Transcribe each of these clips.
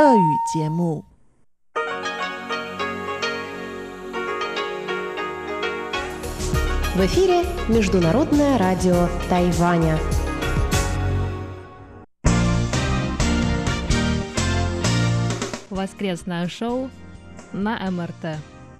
俄语节目。 В эфире Международное радио Тайваня. Воскресное шоу на МРТ.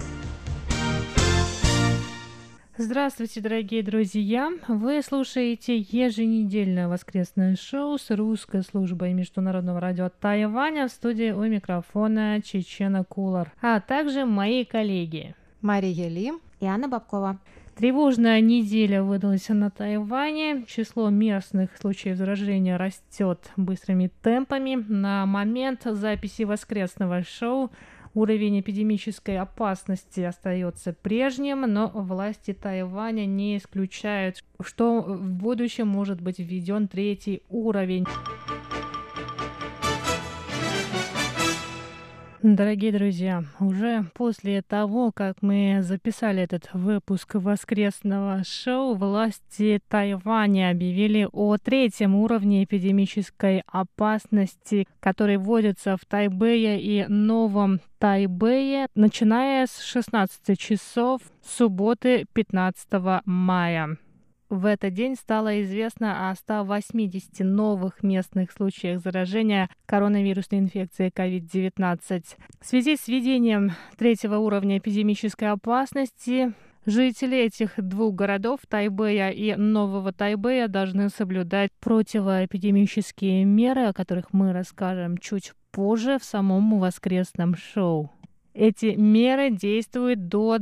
Здравствуйте, дорогие друзья! Вы слушаете еженедельное воскресное шоу с русской службой Международного радио Тайваня. В студии у микрофона Чечена Кулар, а также мои коллеги Мария Ли и Анна Бабкова. Тревожная неделя выдалась на Тайване. Число местных случаев заражения растет быстрыми темпами. На момент записи воскресного шоу уровень эпидемической опасности остается прежним, но власти Тайваня не исключают, что в будущем может быть введен третий уровень. Дорогие друзья, уже после того, как мы записали этот выпуск воскресного шоу, власти Тайваня объявили о третьем уровне эпидемической опасности, который вводится в Тайбэе и Новом Тайбэе, начиная с 16 часов субботы 15 мая. В этот день стало известно о 180 новых местных случаях заражения коронавирусной инфекцией COVID-19. В связи с введением третьего уровня эпидемической опасности жители этих двух городов, Тайбэя и Нового Тайбэя, должны соблюдать противоэпидемические меры, о которых мы расскажем чуть позже в самом воскресном шоу. Эти меры действуют до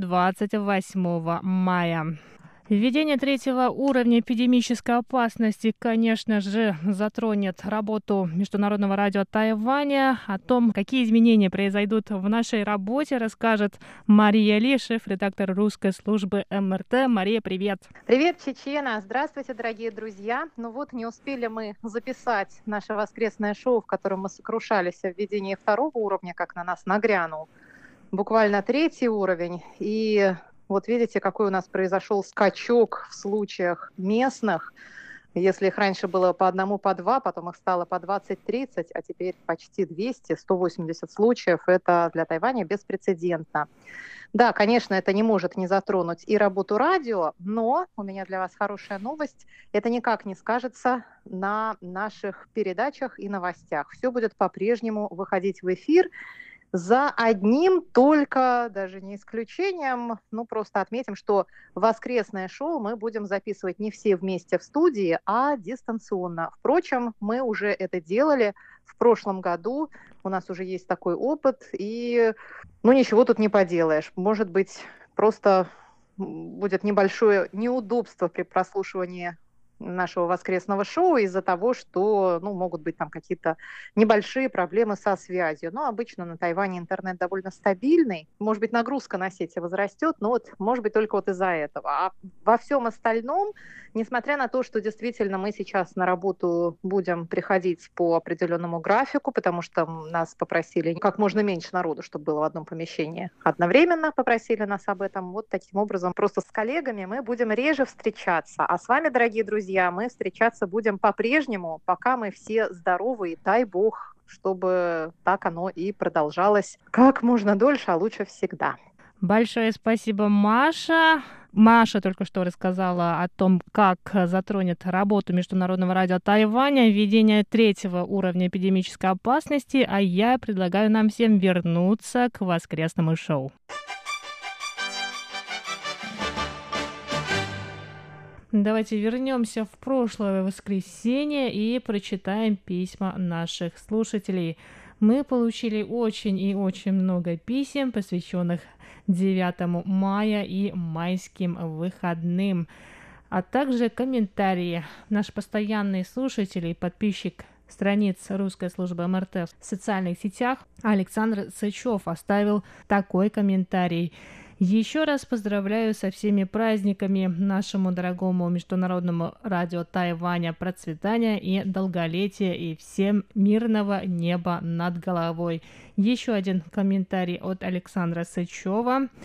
28 мая. Введение третьего уровня эпидемической опасности, конечно же, затронет работу Международного радио Тайваня. О том, какие изменения произойдут в нашей работе, расскажет Мария Ли, шеф-редактор русской службы МРТ. Мария, привет! Привет, Чечена! Здравствуйте, дорогие друзья! Ну вот, не успели мы записать наше воскресное шоу, в котором мы сокрушались о введении второго уровня, как на нас нагрянул. Буквально третий уровень. И вот видите, какой у нас произошел скачок в случаях местных. Если их раньше было по одному, по два, потом их стало по 20-30, а теперь почти 200, 180 случаев. Это для Тайваня беспрецедентно. Да, конечно, это не может не затронуть и работу радио, но у меня для вас хорошая новость. Это никак не скажется на наших передачах и новостях. Все будет по-прежнему выходить в эфир. За одним только, даже не исключением, просто отметим, что воскресное шоу мы будем записывать не все вместе в студии, а дистанционно. Впрочем, мы уже это делали в прошлом году, у нас уже есть такой опыт, и ничего тут не поделаешь. Может быть, просто будет небольшое неудобство при прослушивании нашего воскресного шоу из-за того, что могут быть там какие-то небольшие проблемы со связью. Но обычно на Тайване интернет довольно стабильный. Может быть, нагрузка на сети возрастет, но может быть только из-за этого. А во всем остальном, несмотря на то, что действительно мы сейчас на работу будем приходить по определенному графику, потому что нас попросили как можно меньше народу, чтобы было в одном помещении. Одновременно попросили нас об этом. Вот таким образом, просто с коллегами мы будем реже встречаться. А с вами, дорогие друзья, мы встречаться будем по-прежнему, пока мы все здоровы, и дай бог, чтобы так оно и продолжалось как можно дольше, а лучше всегда. Большое спасибо, Маша. Маша только что рассказала о том, как затронет работу Международного радио Тайваня введение третьего уровня эпидемической опасности, а я предлагаю нам всем вернуться к воскресному шоу. Давайте вернемся в прошлое воскресенье и прочитаем письма наших слушателей. Мы получили очень и очень много писем, посвященных 9 мая и майским выходным, а также комментарии. Наш постоянный слушатель и подписчик страниц русской службы МРТ в социальных сетях Александр Сычев оставил такой комментарий. Еще раз поздравляю со всеми праздниками нашему дорогому Международному радио Тайваня, процветания и долголетия, и всем мирного неба над головой. Еще один комментарий от Александра Сычева.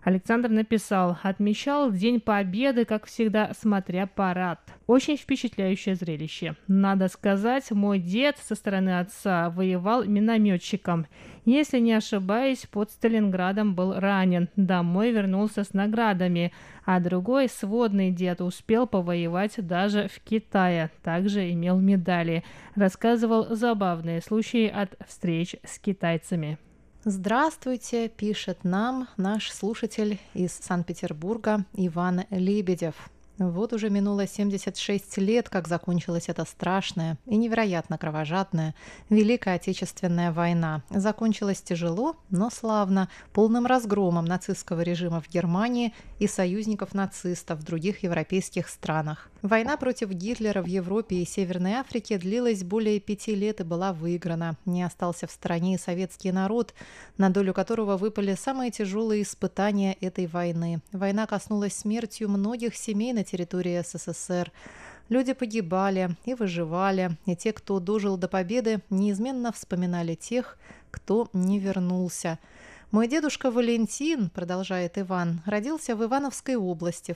Александр написал: отмечал День Победы, как всегда, смотря парад. Очень впечатляющее зрелище. Надо сказать, мой дед со стороны отца воевал минометчиком. Если не ошибаюсь, под Сталинградом был ранен. Домой вернулся с наградами. А другой сводный дед успел повоевать даже в Китае. Также имел медали. Рассказывал забавные случаи от встреч с китайцами. Здравствуйте, пишет нам наш слушатель из Санкт-Петербурга Иван Лебедев. Вот уже минуло 76 лет, как закончилась эта страшная и невероятно кровожадная Великая Отечественная война. Закончилась тяжело, но славно, полным разгромом нацистского режима в Германии и союзников нацистов в других европейских странах. Война против Гитлера в Европе и Северной Африке длилась более 5 лет и была выиграна. Не остался в стороне и советский народ, на долю которого выпали самые тяжелые испытания этой войны. Война коснулась смертью многих семей на территории СССР. Люди погибали и выживали, и те, кто дожил до победы, неизменно вспоминали тех, кто не вернулся. Мой дедушка Валентин, продолжает Иван, родился в Ивановской области в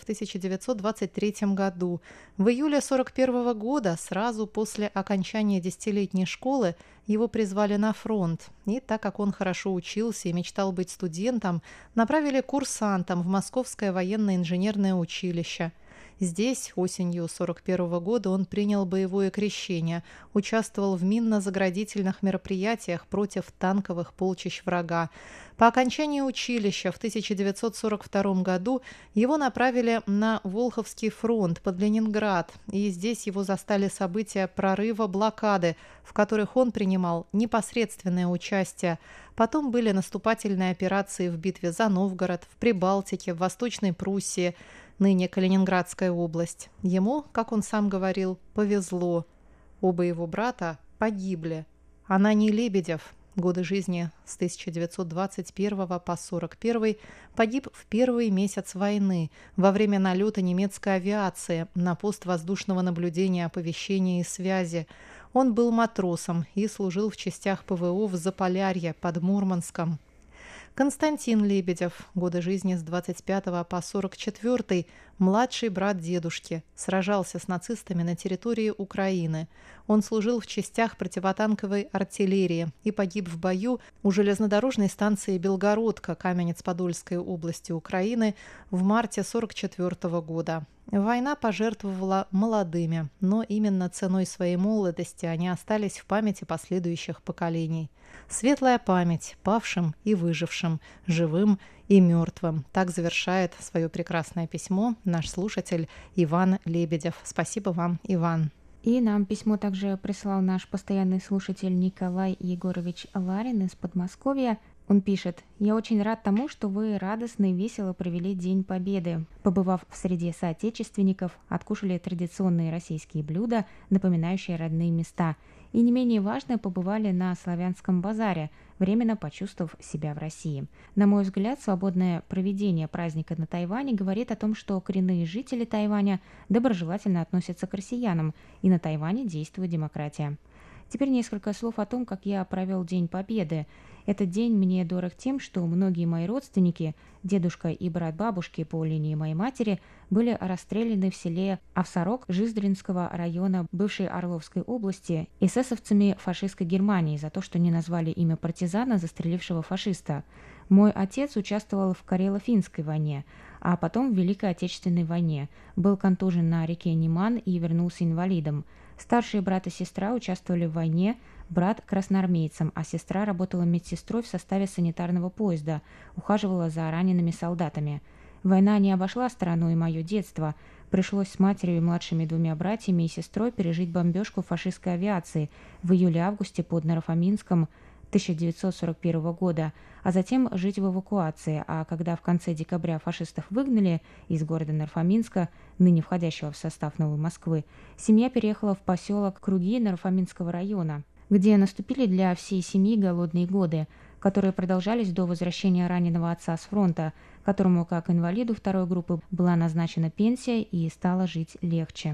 1923 году. В июле 1941 года, сразу после окончания 10-летней школы, его призвали на фронт. И так как он хорошо учился и мечтал быть студентом, направили курсантом в Московское военно-инженерное училище. Здесь осенью 1941 года он принял боевое крещение, участвовал в минно-заградительных мероприятиях против танковых полчищ врага. По окончании училища в 1942 году его направили на Волховский фронт под Ленинград, и здесь его застали события прорыва блокады, в которых он принимал непосредственное участие. Потом были наступательные операции в битве за Новгород, в Прибалтике, в Восточной Пруссии, ныне Калининградская область. Ему, как он сам говорил, повезло. Оба его брата погибли. Ананий Лебедев, годы жизни с 1921 по 1941, погиб в первый месяц войны во время налета немецкой авиации на пост воздушного наблюдения, оповещения и связи. Он был матросом и служил в частях ПВО в Заполярье под Мурманском. Константин Лебедев, годы жизни с 25 по 44, младший брат дедушки, сражался с нацистами на территории Украины. Он служил в частях противотанковой артиллерии и погиб в бою у железнодорожной станции Белгородка Каменец-Подольской области Украины в марте 1944 года. Война пожертвовала молодыми, но именно ценой своей молодости они остались в памяти последующих поколений. Светлая память павшим и выжившим, живым и мертвым. Так завершает свое прекрасное письмо наш слушатель Иван Лебедев. Спасибо вам, Иван. И нам письмо также прислал наш постоянный слушатель Николай Егорович Ларин из Подмосковья. Он пишет: «Я очень рад тому, что вы радостно и весело провели День Победы. Побывав в среде соотечественников, откушали традиционные российские блюда, напоминающие родные места. И не менее важно, побывали на славянском базаре, временно почувствовав себя в России. На мой взгляд, свободное проведение праздника на Тайване говорит о том, что коренные жители Тайваня доброжелательно относятся к россиянам, и на Тайване действует демократия». Теперь несколько слов о том, как я провел День Победы. Этот день мне дорог тем, что многие мои родственники, дедушка и брат бабушки по линии моей матери, были расстреляны в селе Овсорог Жиздринского района бывшей Орловской области эсэсовцами фашистской Германии за то, что не назвали имя партизана, застрелившего фашиста. Мой отец участвовал в Карело-Финской войне, а потом в Великой Отечественной войне, был контужен на реке Неман и вернулся инвалидом. Старшие брат и сестра участвовали в войне, брат красноармейцем, а сестра работала медсестрой в составе санитарного поезда, ухаживала за ранеными солдатами. Война не обошла стороной мое детство. Пришлось с матерью и младшими двумя братьями и сестрой пережить бомбежку фашистской авиации в июле-августе под Наро-Фоминском 1941 года, а затем жить в эвакуации, а когда в конце декабря фашистов выгнали из города Наро-Фоминска, ныне входящего в состав Новой Москвы, семья переехала в поселок Круги Наро-Фоминского района, где наступили для всей семьи голодные годы, которые продолжались до возвращения раненого отца с фронта, которому, как инвалиду второй группы, была назначена пенсия и стало жить легче.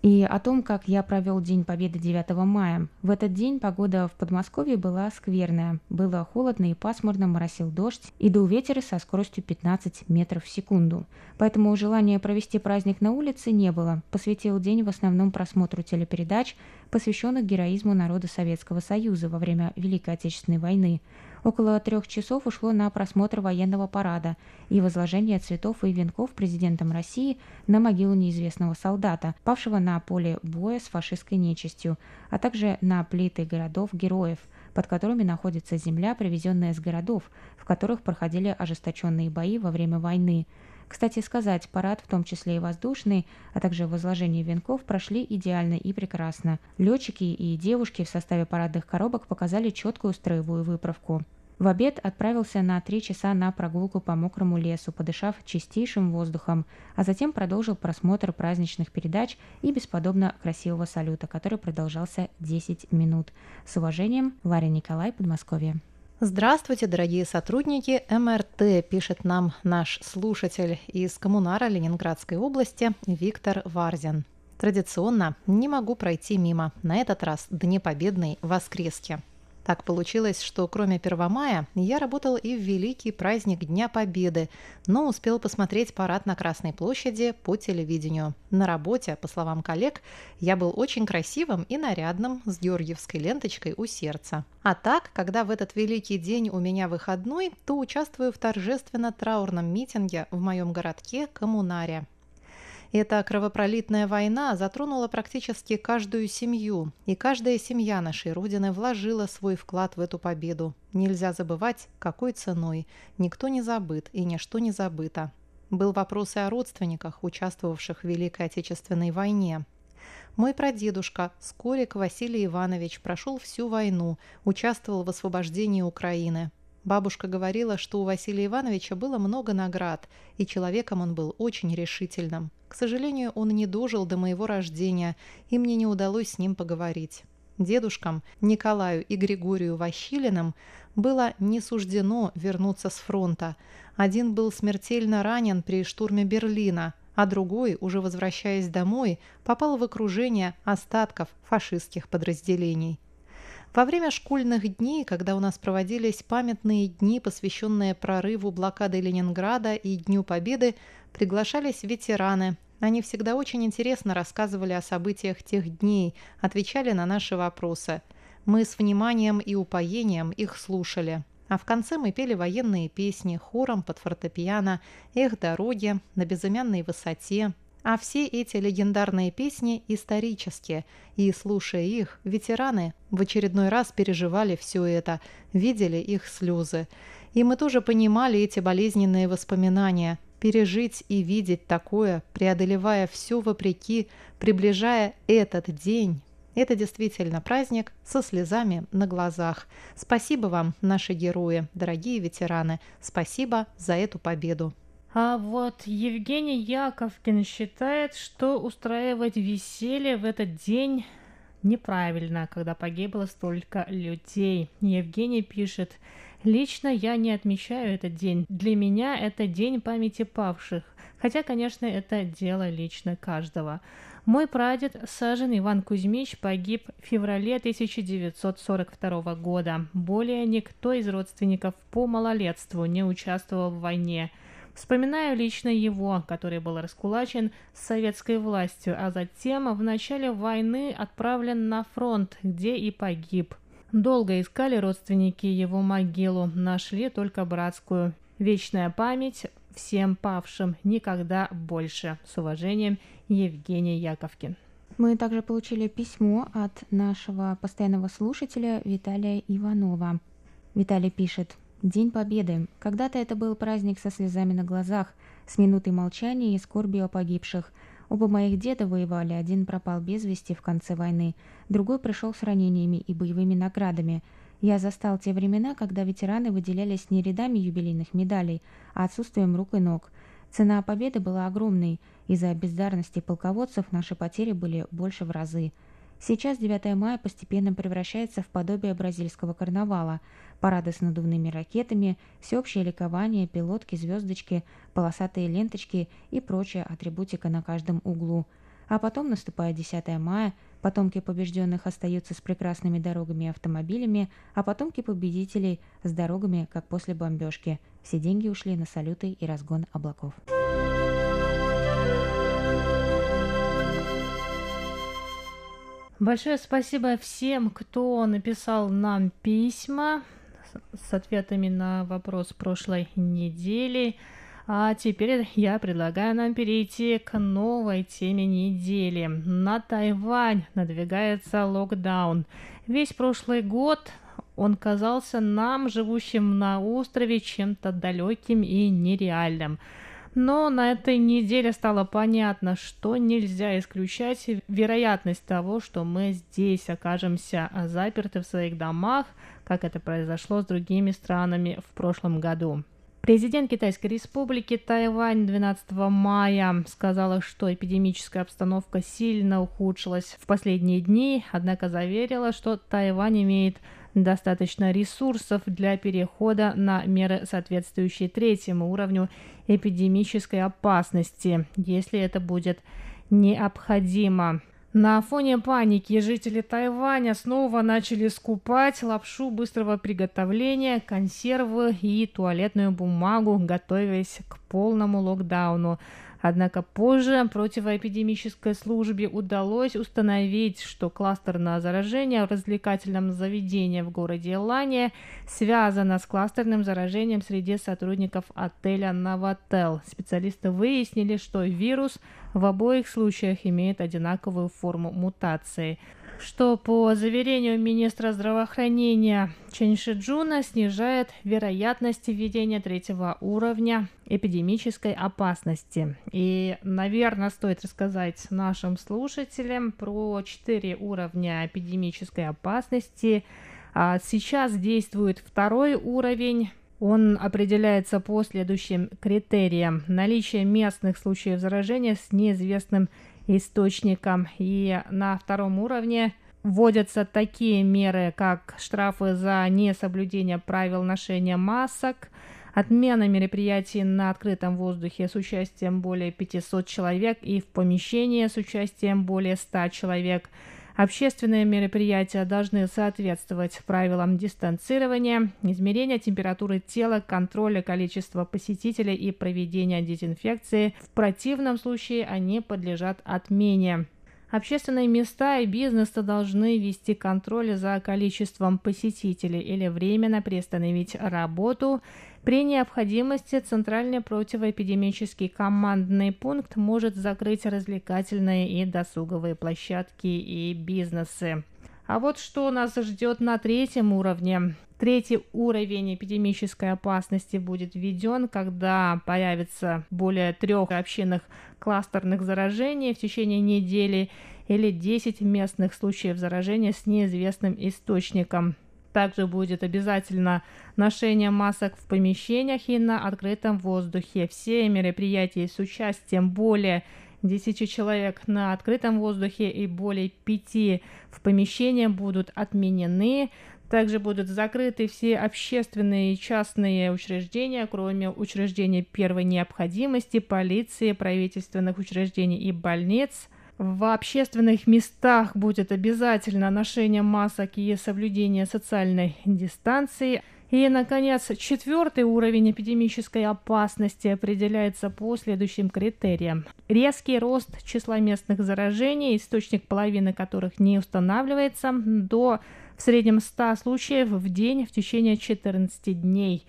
И о том, как я провел День Победы 9 мая. В этот день погода в Подмосковье была скверная. Было холодно и пасмурно, моросил дождь и дул ветер со скоростью 15 метров в секунду. Поэтому желания провести праздник на улице не было. Посвятил день в основном просмотру телепередач, посвященных героизму народа Советского Союза во время Великой Отечественной войны. Около 3 часов ушло на просмотр военного парада и возложение цветов и венков президентом России на могилу неизвестного солдата, павшего на поле боя с фашистской нечистью, а также на плиты городов-героев, под которыми находится земля, привезенная с городов, в которых проходили ожесточенные бои во время войны. Кстати сказать, парад, в том числе и воздушный, а также возложение венков, прошли идеально и прекрасно. Летчики и девушки в составе парадных коробок показали четкую строевую выправку. В обед отправился на 3 часа на прогулку по мокрому лесу, подышав чистейшим воздухом, а затем продолжил просмотр праздничных передач и бесподобно красивого салюта, который продолжался 10 минут. С уважением, Ларя Николай, Подмосковье. Здравствуйте, дорогие сотрудники МРТ, пишет нам наш слушатель из Коммунара Ленинградской области Виктор Варзин. Традиционно не могу пройти мимо, на этот раз Днепобедной воскреске. Так получилось, что кроме 1 мая я работал и в великий праздник Дня Победы, но успел посмотреть парад на Красной площади по телевидению. На работе, по словам коллег, я был очень красивым и нарядным, с георгиевской ленточкой у сердца. А так, когда в этот великий день у меня выходной, то участвую в торжественно-траурном митинге в моем городке Коммунаре. Эта кровопролитная война затронула практически каждую семью, и каждая семья нашей Родины вложила свой вклад в эту победу. Нельзя забывать, какой ценой. Никто не забыт и ничто не забыто. Был вопрос и о родственниках, участвовавших в Великой Отечественной войне. Мой прадедушка, Скорик Василий Иванович, прошел всю войну, участвовал в освобождении Украины. Бабушка говорила, что у Василия Ивановича было много наград, и человеком он был очень решительным. К сожалению, он не дожил до моего рождения, и мне не удалось с ним поговорить. Дедушкам Николаю и Григорию Ващилиным было не суждено вернуться с фронта. Один был смертельно ранен при штурме Берлина, а другой, уже возвращаясь домой, попал в окружение остатков фашистских подразделений. Во время школьных дней, когда у нас проводились памятные дни, посвященные прорыву блокады Ленинграда и Дню Победы, приглашались ветераны. Они всегда очень интересно рассказывали о событиях тех дней, отвечали на наши вопросы. Мы с вниманием и упоением их слушали. А в конце мы пели военные песни хором под фортепиано «Эх, дороги», «На безымянной высоте». А все эти легендарные песни исторические, и, слушая их, ветераны в очередной раз переживали все это, видели их слезы. И мы тоже понимали эти болезненные воспоминания. Пережить и видеть такое, преодолевая все вопреки, приближая этот день. Это действительно праздник со слезами на глазах. Спасибо вам, наши герои, дорогие ветераны. Спасибо за эту победу. А вот Евгений Яковкин считает, что устраивать веселье в этот день неправильно, когда погибло столько людей. Евгений пишет: «Лично я не отмечаю этот день. Для меня это день памяти павших. Хотя, конечно, это дело лично каждого. Мой прадед Сажин Иван Кузьмич погиб в феврале 1942 года. Более никто из родственников по малолетству не участвовал в войне. Вспоминаю лично его, который был раскулачен советской властью, а затем в начале войны отправлен на фронт, где и погиб. Долго искали родственники его могилу, нашли только братскую. Вечная память всем павшим, никогда больше. С уважением, Евгений Яковкин». Мы также получили письмо от нашего постоянного слушателя Виталия Иванова. Виталий пишет: «День Победы. Когда-то это был праздник со слезами на глазах, с минутой молчания и скорбью о погибших. Оба моих деда воевали, один пропал без вести в конце войны, другой пришел с ранениями и боевыми наградами. Я застал те времена, когда ветераны выделялись не рядами юбилейных медалей, а отсутствием рук и ног. Цена победы была огромной. Из-за бездарности полководцев наши потери были больше в разы. Сейчас 9 мая постепенно превращается в подобие бразильского карнавала. Парады с надувными ракетами, всеобщее ликование, пилотки, звездочки, полосатые ленточки и прочая атрибутика на каждом углу. А потом наступает 10 мая, потомки побежденных остаются с прекрасными дорогами и автомобилями, а потомки победителей с дорогами, как после бомбежки. Все деньги ушли на салюты и разгон облаков. Большое спасибо всем, кто написал нам письма с ответами на вопрос прошлой недели. А теперь я предлагаю нам перейти к новой теме недели. На Тайвань надвигается локдаун. Весь прошлый год он казался нам, живущим на острове, чем-то далеким и нереальным. Но на этой неделе стало понятно, что нельзя исключать вероятность того, что мы здесь окажемся заперты в своих домах, как это произошло с другими странами в прошлом году. Президент Китайской республики Тайвань 12 мая сказала, что эпидемическая обстановка сильно ухудшилась в последние дни, однако заверила, что Тайвань имеет достаточно ресурсов для перехода на меры, соответствующие 3-му уровню эпидемической опасности, если это будет необходимо. На фоне паники жители Тайваня снова начали скупать лапшу быстрого приготовления, консервы и туалетную бумагу, готовясь к полному локдауну. Однако позже противоэпидемической службе удалось установить, что кластерное заражение в развлекательном заведении в городе Лане связано с кластерным заражением среди сотрудников отеля «Новотел». Специалисты выяснили, что вирус в обоих случаях имеет одинаковую форму мутации, что, по заверению министра здравоохранения Чен Шиджуна, снижает вероятность введения 3-го уровня эпидемической опасности. И, наверное, стоит рассказать нашим слушателям про 4 уровня эпидемической опасности. Сейчас действует 2-й уровень. Он определяется по следующим критериям: наличие местных случаев заражения с неизвестным источником. И на 2-м уровне вводятся такие меры, как штрафы за несоблюдение правил ношения масок, отмена мероприятий на открытом воздухе с участием более 500 человек и в помещении с участием более 100 человек. Общественные мероприятия должны соответствовать правилам дистанцирования, измерения температуры тела, контроля количества посетителей и проведения дезинфекции. В противном случае они подлежат отмене. Общественные места и бизнесы должны вести контроль за количеством посетителей или временно приостановить работу. При необходимости Центральный противоэпидемический командный пункт может закрыть развлекательные и досуговые площадки и бизнесы. А вот что нас ждет на 3-м уровне. 3-й уровень эпидемической опасности будет введен, когда появится более 3 общинных кластерных заражений в течение недели или 10 местных случаев заражения с неизвестным источником. Также будет обязательно ношение масок в помещениях и на открытом воздухе. Все мероприятия с участием более 10 человек на открытом воздухе и более 5 в помещении будут отменены. Также будут закрыты все общественные и частные учреждения, кроме учреждений первой необходимости, полиции, правительственных учреждений и больниц. В общественных местах будет обязательно ношение масок и соблюдение социальной дистанции. И, наконец, 4-й уровень эпидемической опасности определяется по следующим критериям. Резкий рост числа местных заражений, источник половины которых не устанавливается, до в среднем 100 случаев в день в течение 14 дней.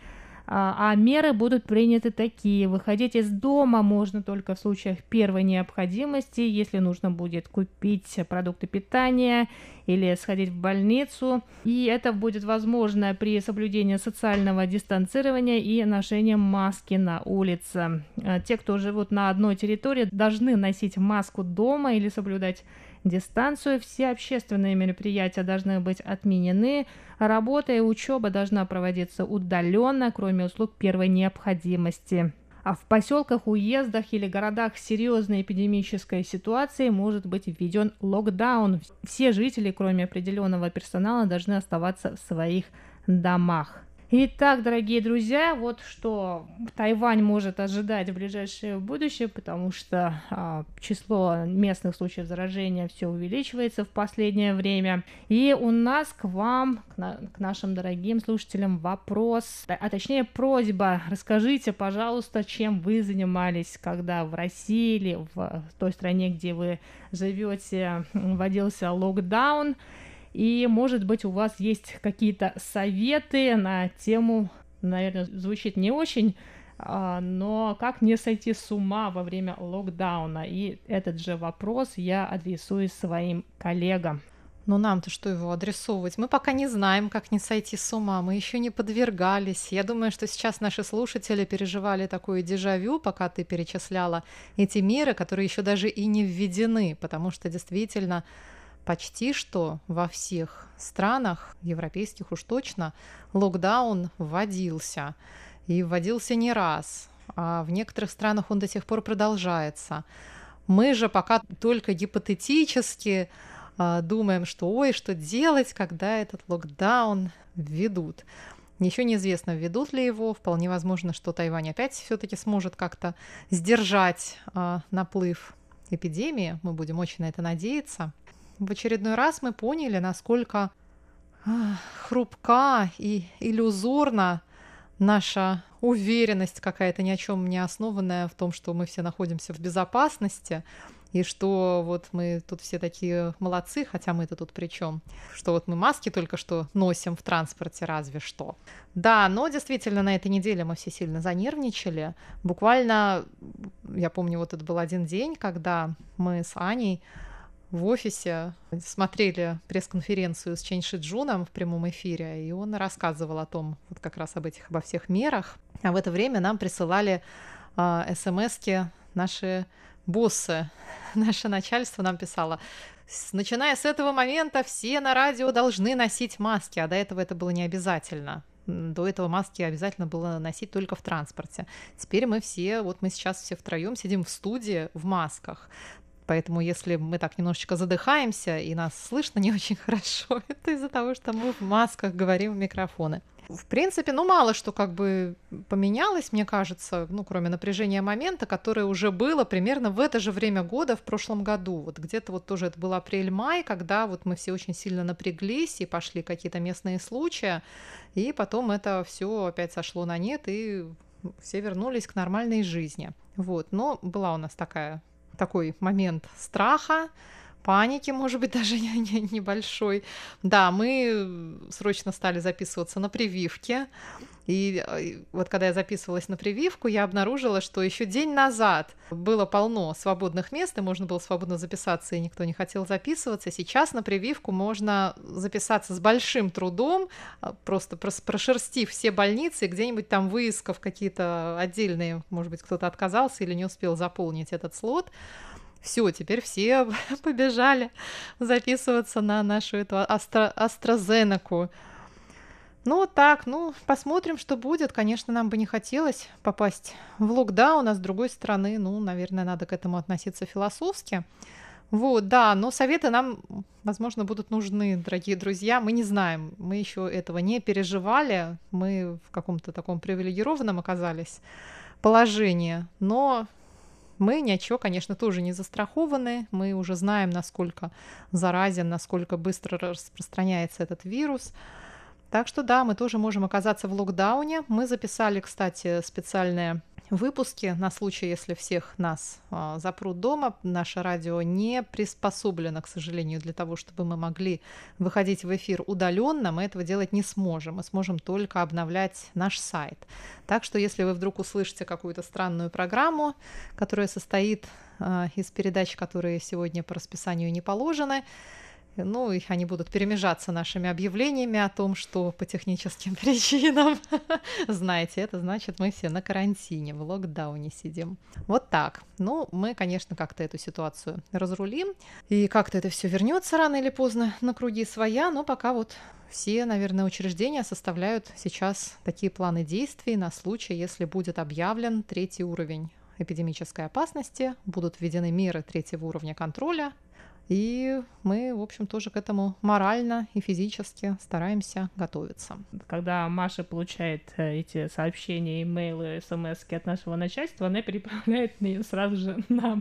А меры будут приняты такие: выходить из дома можно только в случаях первой необходимости, если нужно будет купить продукты питания или сходить в больницу. И это будет возможно при соблюдении социального дистанцирования и ношении маски на улице. Те, кто живут на одной территории, должны носить маску дома или соблюдать дистанцию. Все общественные мероприятия должны быть отменены. Работа и учеба должна проводиться удаленно, кроме услуг первой необходимости. А в поселках, уездах или городах с серьезной эпидемической ситуацией может быть введен локдаун. Все жители, кроме определенного персонала, должны оставаться в своих домах. Итак, дорогие друзья, вот что Тайвань может ожидать в ближайшее будущее, потому что число местных случаев заражения все увеличивается в последнее время. И у нас к вам, к нашим дорогим слушателям вопрос, а точнее просьба. Расскажите, пожалуйста, чем вы занимались, когда в России или в той стране, где вы живете, вводился локдаун. И, может быть, у вас есть какие-то советы на тему, наверное, звучит не очень, но как не сойти с ума во время локдауна? И этот же вопрос я адресую своим коллегам. Ну нам-то что его адресовывать? Мы пока не знаем, как не сойти с ума, мы еще не подвергались. Я думаю, что сейчас наши слушатели переживали такое дежавю, пока ты перечисляла эти меры, которые еще даже и не введены, потому что действительно почти что во всех странах, европейских уж точно, локдаун вводился. И вводился не раз. А в некоторых странах он до сих пор продолжается. Мы же пока только гипотетически думаем, что ой, что делать, когда этот локдаун введут. Еще неизвестно, введут ли его. Вполне возможно, что Тайвань опять все-таки сможет как-то сдержать наплыв эпидемии. Мы будем очень на это надеяться. В очередной раз мы поняли, насколько хрупка и иллюзорна наша уверенность какая-то ни о чем не основанная в том, что мы все находимся в безопасности, и что вот мы тут все такие молодцы, хотя мы-то тут при чем? Что вот мы маски только что носим в транспорте, разве что. Да, но действительно на этой неделе мы все сильно занервничали. Буквально, я помню, вот это был один день, когда мы с Аней в офисе смотрели пресс-конференцию с Чен Шиджуном в прямом эфире, и он рассказывал о том, вот как раз обо всех мерах. А в это время нам присылали смс-ки наши боссы. Наше начальство нам писало: начиная с этого момента все на радио должны носить маски, а до этого это было не обязательно. До этого маски обязательно было носить только в транспорте. Теперь мы сейчас все втроем сидим в студии в масках. Поэтому если мы так немножечко задыхаемся и нас слышно не очень хорошо, это из-за того, что мы в масках говорим в микрофоны. В принципе, мало что как бы поменялось, мне кажется, кроме напряжения момента, которое уже было примерно в это же время года в прошлом году. Вот где-то вот тоже это был апрель-май, когда вот мы все очень сильно напряглись и пошли какие-то местные случаи, и потом это все опять сошло на нет, и все вернулись к нормальной жизни. Вот, но была у нас такой момент страха, паники, может быть, даже небольшой. Да, мы срочно стали записываться на прививки. И вот когда я записывалась на прививку, я обнаружила, что еще день назад было полно свободных мест, и можно было свободно записаться, и никто не хотел записываться. Сейчас на прививку можно записаться с большим трудом, просто прошерстив все больницы, где-нибудь там выискав какие-то отдельные, может быть, кто-то отказался или не успел заполнить этот слот. Все, теперь все побежали записываться на нашу эту AstraZeneca. Посмотрим, что будет. Конечно, нам бы не хотелось попасть в локдаун, а с другой стороны, наверное, надо к этому относиться философски. Вот, да, но советы нам, возможно, будут нужны, дорогие друзья. Мы не знаем, мы еще этого не переживали, мы в каком-то таком привилегированном оказались положении, но мы ни от чего, конечно, тоже не застрахованы. Мы уже знаем, насколько заразен, насколько быстро распространяется этот вирус. Так что да, мы тоже можем оказаться в локдауне. Мы записали, кстати, специальные выпуски на случай, если всех нас запрут дома. Наше радио не приспособлено, к сожалению, для того, чтобы мы могли выходить в эфир удаленно. Мы этого делать не сможем. Мы сможем только обновлять наш сайт. Так что если вы вдруг услышите какую-то странную программу, которая состоит из передач, которые сегодня по расписанию не положены, их они будут перемежаться нашими объявлениями о том, что по техническим причинам, знаете, это значит, мы все на карантине, в локдауне сидим. Вот так. Мы, конечно, как-то эту ситуацию разрулим, и как-то это все вернется рано или поздно на круги своя, но пока вот все, наверное, учреждения составляют сейчас такие планы действий на случай, если будет объявлен 3-й уровень эпидемической опасности, будут введены меры 3-го уровня контроля. И мы, в общем, тоже к этому морально и физически стараемся готовиться. Когда Маша получает эти сообщения, имейлы, смс-ки от нашего начальства, она переправляет сразу же нам.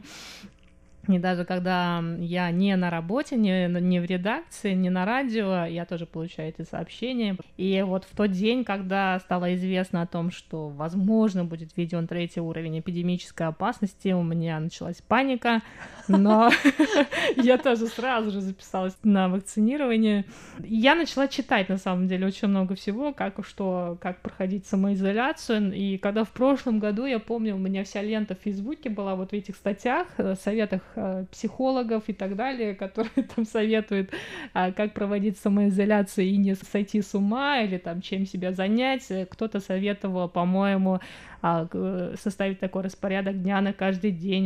И даже когда я не на работе, не в редакции, не на радио, я тоже получаю эти сообщения. И вот в тот день, когда стало известно о том, что, возможно, будет введен 3-й уровень эпидемической опасности, у меня началась паника, но я тоже сразу же записалась на вакцинирование. Я начала читать, на самом деле, очень много всего, как проходить самоизоляцию. И когда в прошлом году, я помню, у меня вся лента в Фейсбуке была вот в этих статьях, советах психологов и так далее, которые там советуют, как проводить самоизоляцию и не сойти с ума, или там чем себя занять. Кто-то советовал, по-моему, составить такой распорядок дня на каждый день,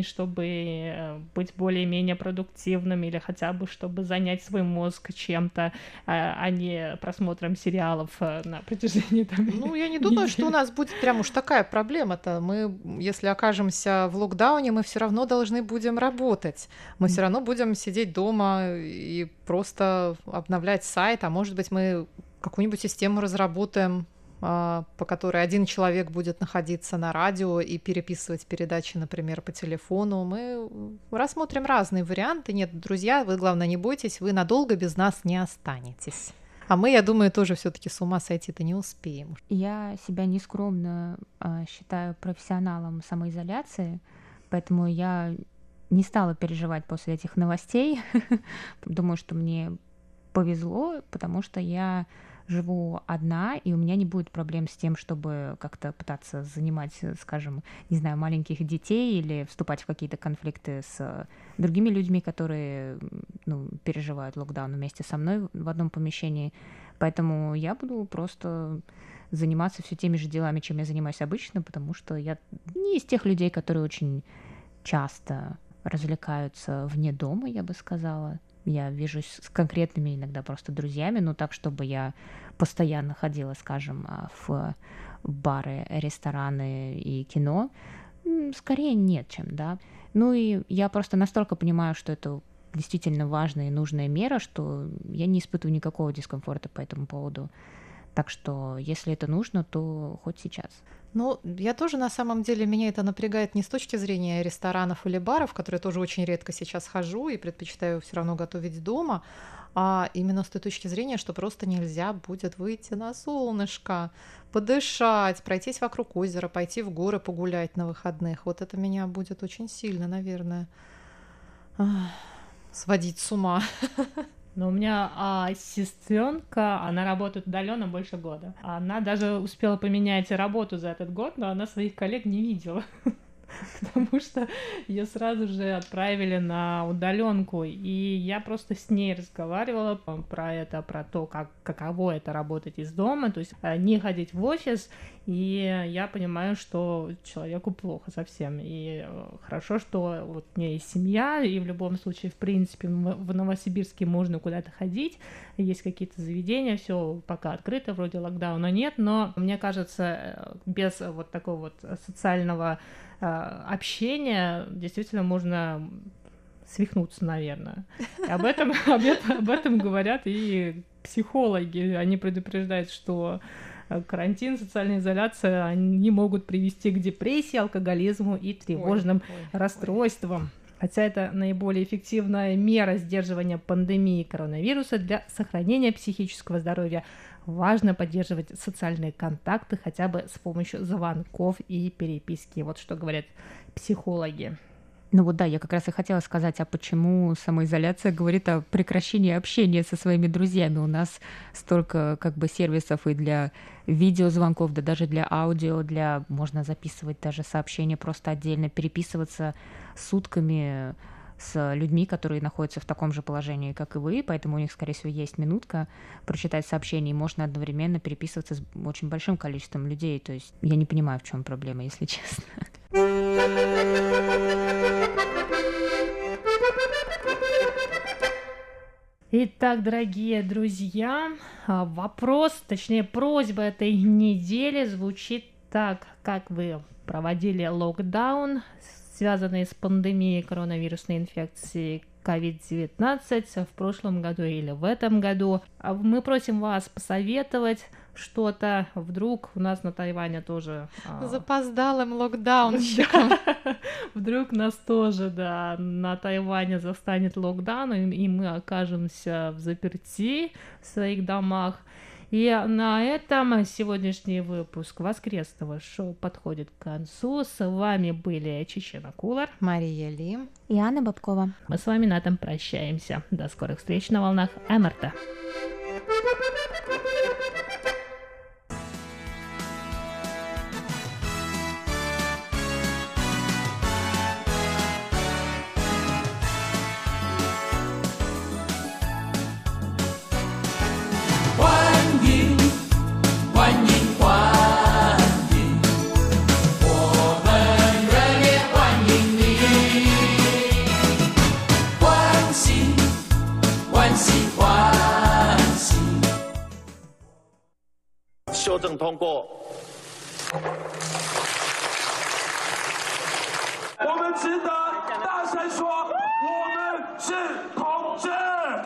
чтобы быть более-менее продуктивным, или хотя бы чтобы занять свой мозг чем-то, а не просмотром сериалов на протяжении там. Ну, я не думаю, что у нас будет прям уж такая проблема-то. Мы, если окажемся в локдауне, мы все равно должны будем работать. Мы все равно будем сидеть дома и просто обновлять сайт, а может быть, мы какую-нибудь систему разработаем, по которой один человек будет находиться на радио и переписывать передачи, например, по телефону. Мы рассмотрим разные варианты. Нет, друзья, вы, главное, не бойтесь, вы надолго без нас не останетесь. А мы, я думаю, тоже все-таки с ума сойти-то не успеем. Я себя нескромно считаю профессионалом самоизоляции, поэтому я не стала переживать после этих новостей. Думаю, что мне повезло, потому что я живу одна, и у меня не будет проблем с тем, чтобы как-то пытаться занимать, скажем, не знаю, маленьких детей или вступать в какие-то конфликты с другими людьми, которые переживают локдаун вместе со мной в одном помещении. Поэтому я буду просто заниматься все теми же делами, чем я занимаюсь обычно, потому что я не из тех людей, которые очень часто развлекаются вне дома, я бы сказала. Я вижусь с конкретными иногда просто друзьями, но так, чтобы я постоянно ходила, скажем, в бары, рестораны и кино, скорее нет, чем да. Ну и я просто настолько понимаю, что это действительно важная и нужная мера, что я не испытываю никакого дискомфорта по этому поводу. Так что, если это нужно, то хоть сейчас. Ну, я тоже, на самом деле, меня это напрягает не с точки зрения ресторанов или баров, в которые тоже очень редко сейчас хожу и предпочитаю все равно готовить дома, а именно с той точки зрения, что просто нельзя будет выйти на солнышко, подышать, пройтись вокруг озера, пойти в горы погулять на выходных. Вот это меня будет очень сильно, наверное, сводить с ума. Но у меня сестренка, она работает удаленно больше года. Она даже успела поменять работу за этот год, но она своих коллег не видела. Потому что ее сразу же отправили на удаленку, и я просто с ней разговаривала про то, каково это работать из дома, то есть не ходить в офис, и я понимаю, что человеку плохо совсем, и хорошо, что вот у меня есть семья, и в любом случае, в принципе, в Новосибирске можно куда-то ходить, есть какие-то заведения, все пока открыто, вроде локдауна нет, но мне кажется, без вот такого вот социального общения действительно можно свихнуться, наверное. И об этом говорят и психологи. Они предупреждают, что карантин, социальная изоляция, они могут привести к депрессии, алкоголизму и тревожным расстройствам. Хотя это наиболее эффективная мера сдерживания пандемии коронавируса для сохранения психического здоровья. Важно поддерживать социальные контакты хотя бы с помощью звонков и переписки. Вот что говорят психологи. Ну вот да, я как раз и хотела сказать, а почему самоизоляция говорит о прекращении общения со своими друзьями. У нас столько как бы сервисов и для видеозвонков, да даже для аудио, можно записывать даже сообщения просто отдельно, переписываться сутками с людьми, которые находятся в таком же положении, как и вы, поэтому у них, скорее всего, есть минутка прочитать сообщение, и можно одновременно переписываться с очень большим количеством людей. То есть я не понимаю, в чем проблема, если честно. Итак, дорогие друзья, вопрос, точнее просьба этой недели звучит так: как вы проводили локдаун, связанные с пандемией коронавирусной инфекции, COVID-19 в прошлом году или в этом году. Мы просим вас посоветовать что-то. Вдруг у нас на Тайване тоже... Запоздалым локдаунщиком. Вдруг нас тоже, да, на Тайване застанет локдаун, и мы окажемся в заперти в своих домах. И на этом сегодняшний выпуск воскресного шоу подходит к концу. С вами были Чечена Кулар, Мария Ли и Анна Бабкова. Мы с вами на этом прощаемся. До скорых встреч на волнах МРТ. 修正通过。 我们值得大声说，我们是同志。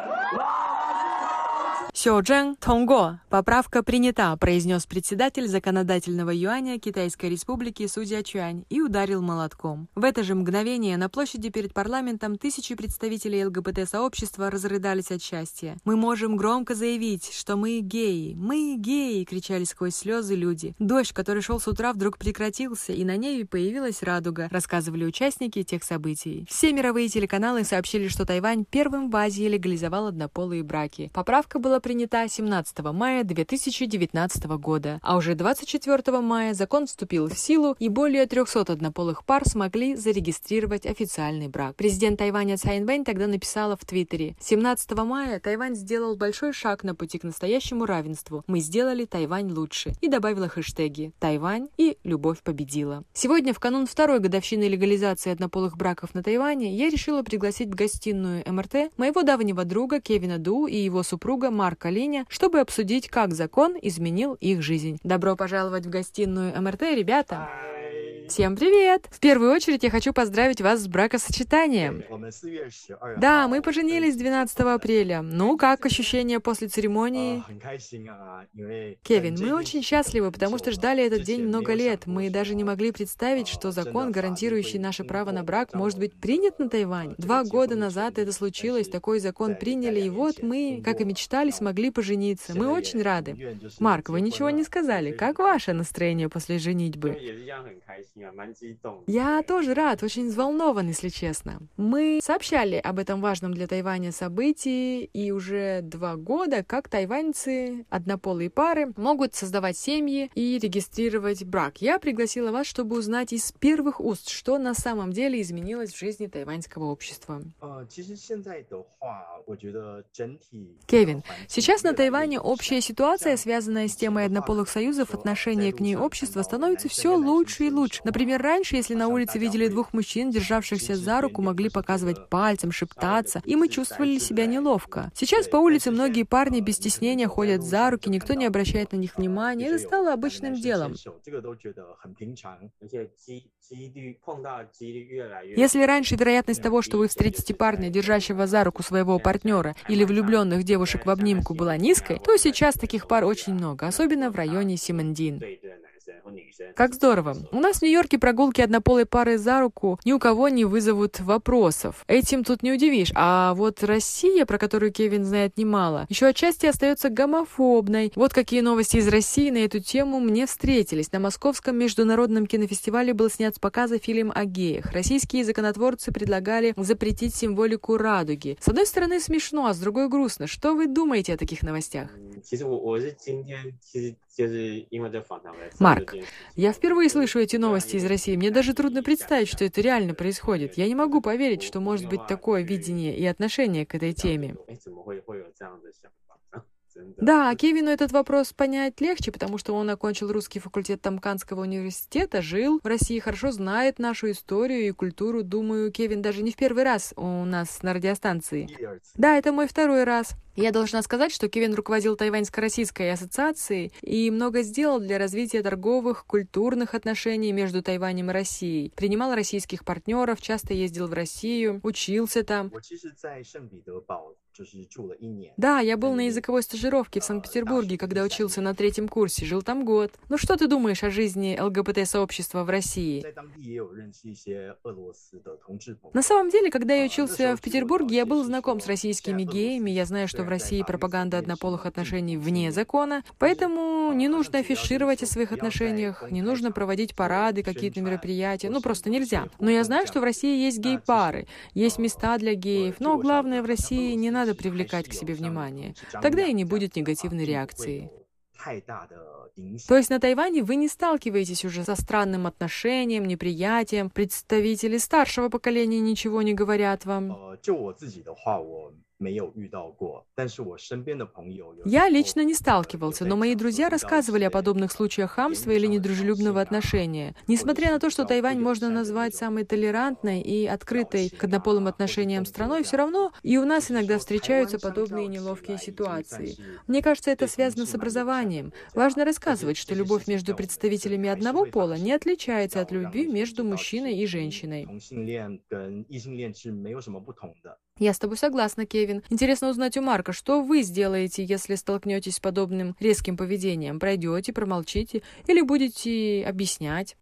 Сёджэн Тонго. Поправка принята, произнес председатель законодательного юаня Китайской Республики Судья Чуань и ударил молотком. В это же мгновение на площади перед парламентом тысячи представителей ЛГБТ-сообщества разрыдались от счастья. «Мы можем громко заявить, что мы геи! Мы геи!» — кричали сквозь слезы люди. Дождь, который шел с утра, вдруг прекратился, и на небе появилась радуга, рассказывали участники тех событий. Все мировые телеканалы сообщили, что Тайвань первым в Азии легализовал однополые браки. Поправка была принята 17 мая 2019 года, а уже 24 мая закон вступил в силу, и более 300 однополых пар смогли зарегистрировать официальный брак. Президент Тайваня Цай Инвэнь тогда написала в Твиттере: 17 мая Тайвань сделал большой шаг на пути к настоящему равенству. Мы сделали Тайвань лучше. И добавила хэштеги «Тайвань» и «Любовь победила». Сегодня, в канун второй годовщины легализации однополых браков на Тайване, я решила пригласить в гостиную МРТ моего давнего друга Кевина Ду и его супруга Марка Линя, чтобы обсудить, как закон изменил их жизнь. Добро пожаловать в гостиную МРТ, ребята! Всем привет! В первую очередь я хочу поздравить вас с бракосочетанием. Да, мы поженились 12 апреля. Ну, как ощущения после церемонии? Кевин, мы очень счастливы, потому что ждали этот день много лет. Мы даже не могли представить, что закон, гарантирующий наше право на брак, может быть принят на Тайване. 2 года назад это случилось, такой закон приняли, и вот мы, как и мечтали, смогли пожениться. Мы очень рады. Марк, вы ничего не сказали. Как ваше настроение после женитьбы? Я тоже рад, очень взволнован, если честно. Мы сообщали об этом важном для Тайваня событии, и уже 2 года, как тайваньцы, однополые пары, могут создавать семьи и регистрировать брак. Я пригласила вас, чтобы узнать из первых уст, что на самом деле изменилось в жизни тайваньского общества. Кевин, сейчас на Тайване общая ситуация, связанная с темой однополых союзов, отношение к ней общества становится все лучше и лучше. Например, раньше, если на улице видели 2 мужчин, державшихся за руку, могли показывать пальцем, шептаться, и мы чувствовали себя неловко. Сейчас по улице многие парни без стеснения ходят за руки, никто не обращает на них внимания, это стало обычным делом. Если раньше вероятность того, что вы встретите парня, держащего за руку своего партнера, или влюбленных девушек в обнимку, была низкой, то сейчас таких пар очень много, особенно в районе Симэндин. Как здорово. У нас в Нью-Йорке прогулки однополой пары за руку ни у кого не вызовут вопросов. Этим тут не удивишь. А вот Россия, про которую Кевин знает немало, еще отчасти остается гомофобной. Вот какие новости из России на эту тему мне встретились. На Московском международном кинофестивале был снят с показа фильм о геях. Российские законотворцы предлагали запретить символику радуги. С одной стороны смешно, а с другой грустно. Что вы думаете о таких новостях? Марк, я впервые слышу эти новости из России. Мне даже трудно представить, что это реально происходит. Я не могу поверить, что может быть такое видение и отношение к этой теме. Да, Кевину этот вопрос понять легче, потому что он окончил русский факультет Тамканского университета, жил в России, хорошо знает нашу историю и культуру. Думаю, Кевин даже не в первый раз у нас на радиостанции. Да, это мой второй раз. Я должна сказать, что Кевин руководил Тайваньско-Российской ассоциацией и много сделал для развития торговых, культурных отношений между Тайванем и Россией. Принимал российских партнеров, часто ездил в Россию, учился там. Да, я был на языковой стажировке в Санкт-Петербурге, когда учился на 3-м курсе, жил там год. Ну что ты думаешь о жизни ЛГБТ-сообщества в России? На самом деле, когда я учился в Петербурге, я был знаком с российскими геями, я знаю, что в России пропаганда однополых отношений вне закона, поэтому не нужно афишировать о своих отношениях, не нужно проводить парады, какие-то мероприятия, ну просто нельзя. Но я знаю, что в России есть гей-пары, есть места для геев, но главное в России не надо привлекать к себе внимание. Тогда и не будет негативной реакции. То есть на Тайване вы не сталкиваетесь уже со странным отношением, неприятием, представители старшего поколения ничего не говорят вам? Я лично не сталкивался, но мои друзья рассказывали о подобных случаях хамства или недружелюбного отношения. Несмотря на то, что Тайвань можно назвать самой толерантной и открытой к однополым отношениям страной, все равно и у нас иногда встречаются подобные неловкие ситуации. Мне кажется, это связано с образованием. Важно рассказывать, что любовь между представителями одного пола не отличается от любви между мужчиной и женщиной. Я с тобой согласна, Кевин. Интересно узнать у Марка, что вы сделаете, если столкнетесь с подобным резким поведением? Пройдете, промолчите или будете объяснять?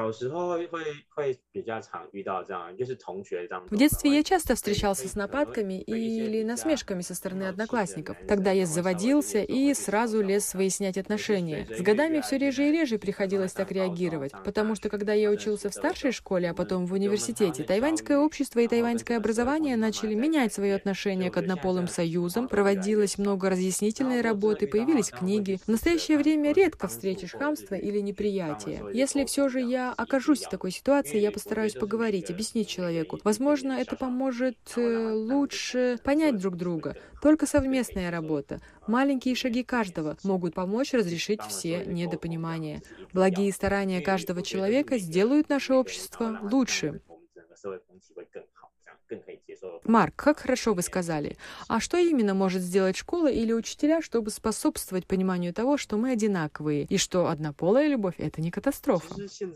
В детстве я часто встречался с нападками или насмешками со стороны одноклассников. Тогда я заводился и сразу лез выяснять отношения. С годами все реже и реже приходилось так реагировать, потому что когда я учился в старшей школе, а потом в университете, тайваньское общество и тайваньское образование начали менять свое отношение к однополым союзам, проводилось много разъяснительной работы, появились книги. В настоящее время редко встретишь хамство или неприятие. Если все же я окажусь в такой ситуации, я постараюсь поговорить, объяснить человеку. Возможно, это поможет лучше понять друг друга. Только совместная работа. Маленькие шаги каждого могут помочь разрешить все недопонимания. Благие старания каждого человека сделают наше общество лучше. Марк, как хорошо вы сказали. А что именно может сделать школа или учителя, чтобы способствовать пониманию того, что мы одинаковые, и что однополая любовь — это не катастрофа?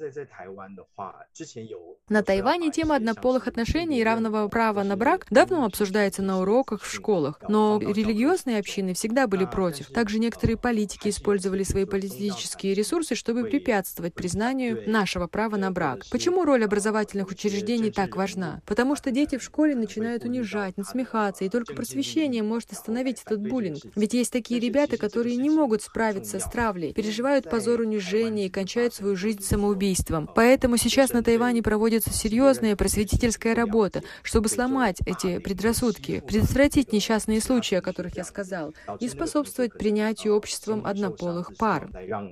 На Тайване тема однополых отношений и равного права на брак давно обсуждается на уроках в школах, но религиозные общины всегда были против. Также некоторые политики использовали свои политические ресурсы, чтобы препятствовать признанию нашего права на брак. Почему роль образовательных учреждений так важна? Потому что дети в школе начинают унижать, насмехаться, и только просвещение может остановить этот буллинг. Ведь есть такие ребята, которые не могут справиться с травлей, переживают позор унижения и кончают свою жизнь самоубийством. Поэтому сейчас на Тайване проводится серьезная просветительская работа, чтобы сломать эти предрассудки, предотвратить несчастные случаи, о которых я сказал, и способствовать принятию обществом однополых пар.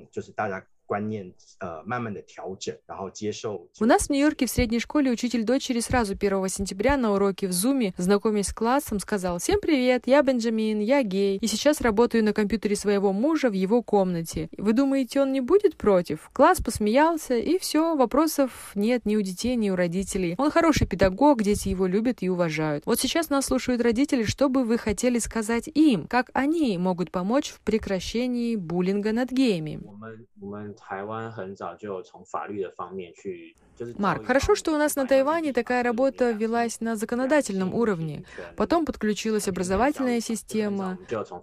У нас в Нью-Йорке в средней школе учитель дочери сразу 1 сентября на уроке в Zoom, знакомясь с классом, сказал: «Всем привет, я Бенджамин, я гей, и сейчас работаю на компьютере своего мужа в его комнате». Вы думаете, он не будет против? Класс посмеялся, и все, вопросов нет ни у детей, ни у родителей. Он хороший педагог, дети его любят и уважают. Вот сейчас нас слушают родители, что бы вы хотели сказать им? Как они могут помочь в прекращении буллинга над геями? Марк, хорошо, что у нас на Тайване такая работа велась на законодательном уровне. Потом подключилась образовательная система.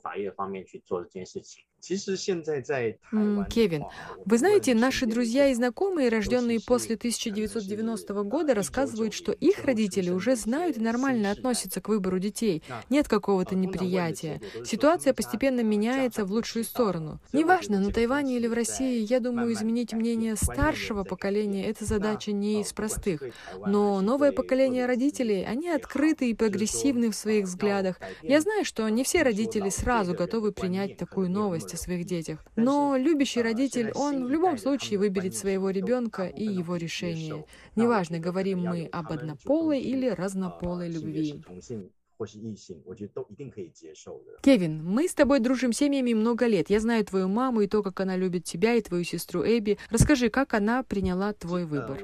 Кевин, вы знаете, наши друзья и знакомые, рожденные после 1990 года, рассказывают, что их родители уже знают и нормально относятся к выбору детей. Нет какого-то неприятия. Ситуация постепенно меняется в лучшую сторону. Неважно, на Тайване или в России, я думаю, изменить мнение старшего поколения — это задача не из простых. Но новое поколение родителей, они открыты и прогрессивны в своих взглядах. Я знаю, что не все родители сразу готовы принять такую новость о своих детях. Но любящий родитель, он в любом случае выберет своего ребенка и его решение. Неважно, говорим мы об однополой или разнополой любви. Кевин, мы с тобой дружим семьями много лет. Я знаю твою маму и то, как она любит тебя и твою сестру Эбби. Расскажи, как она приняла твой выбор?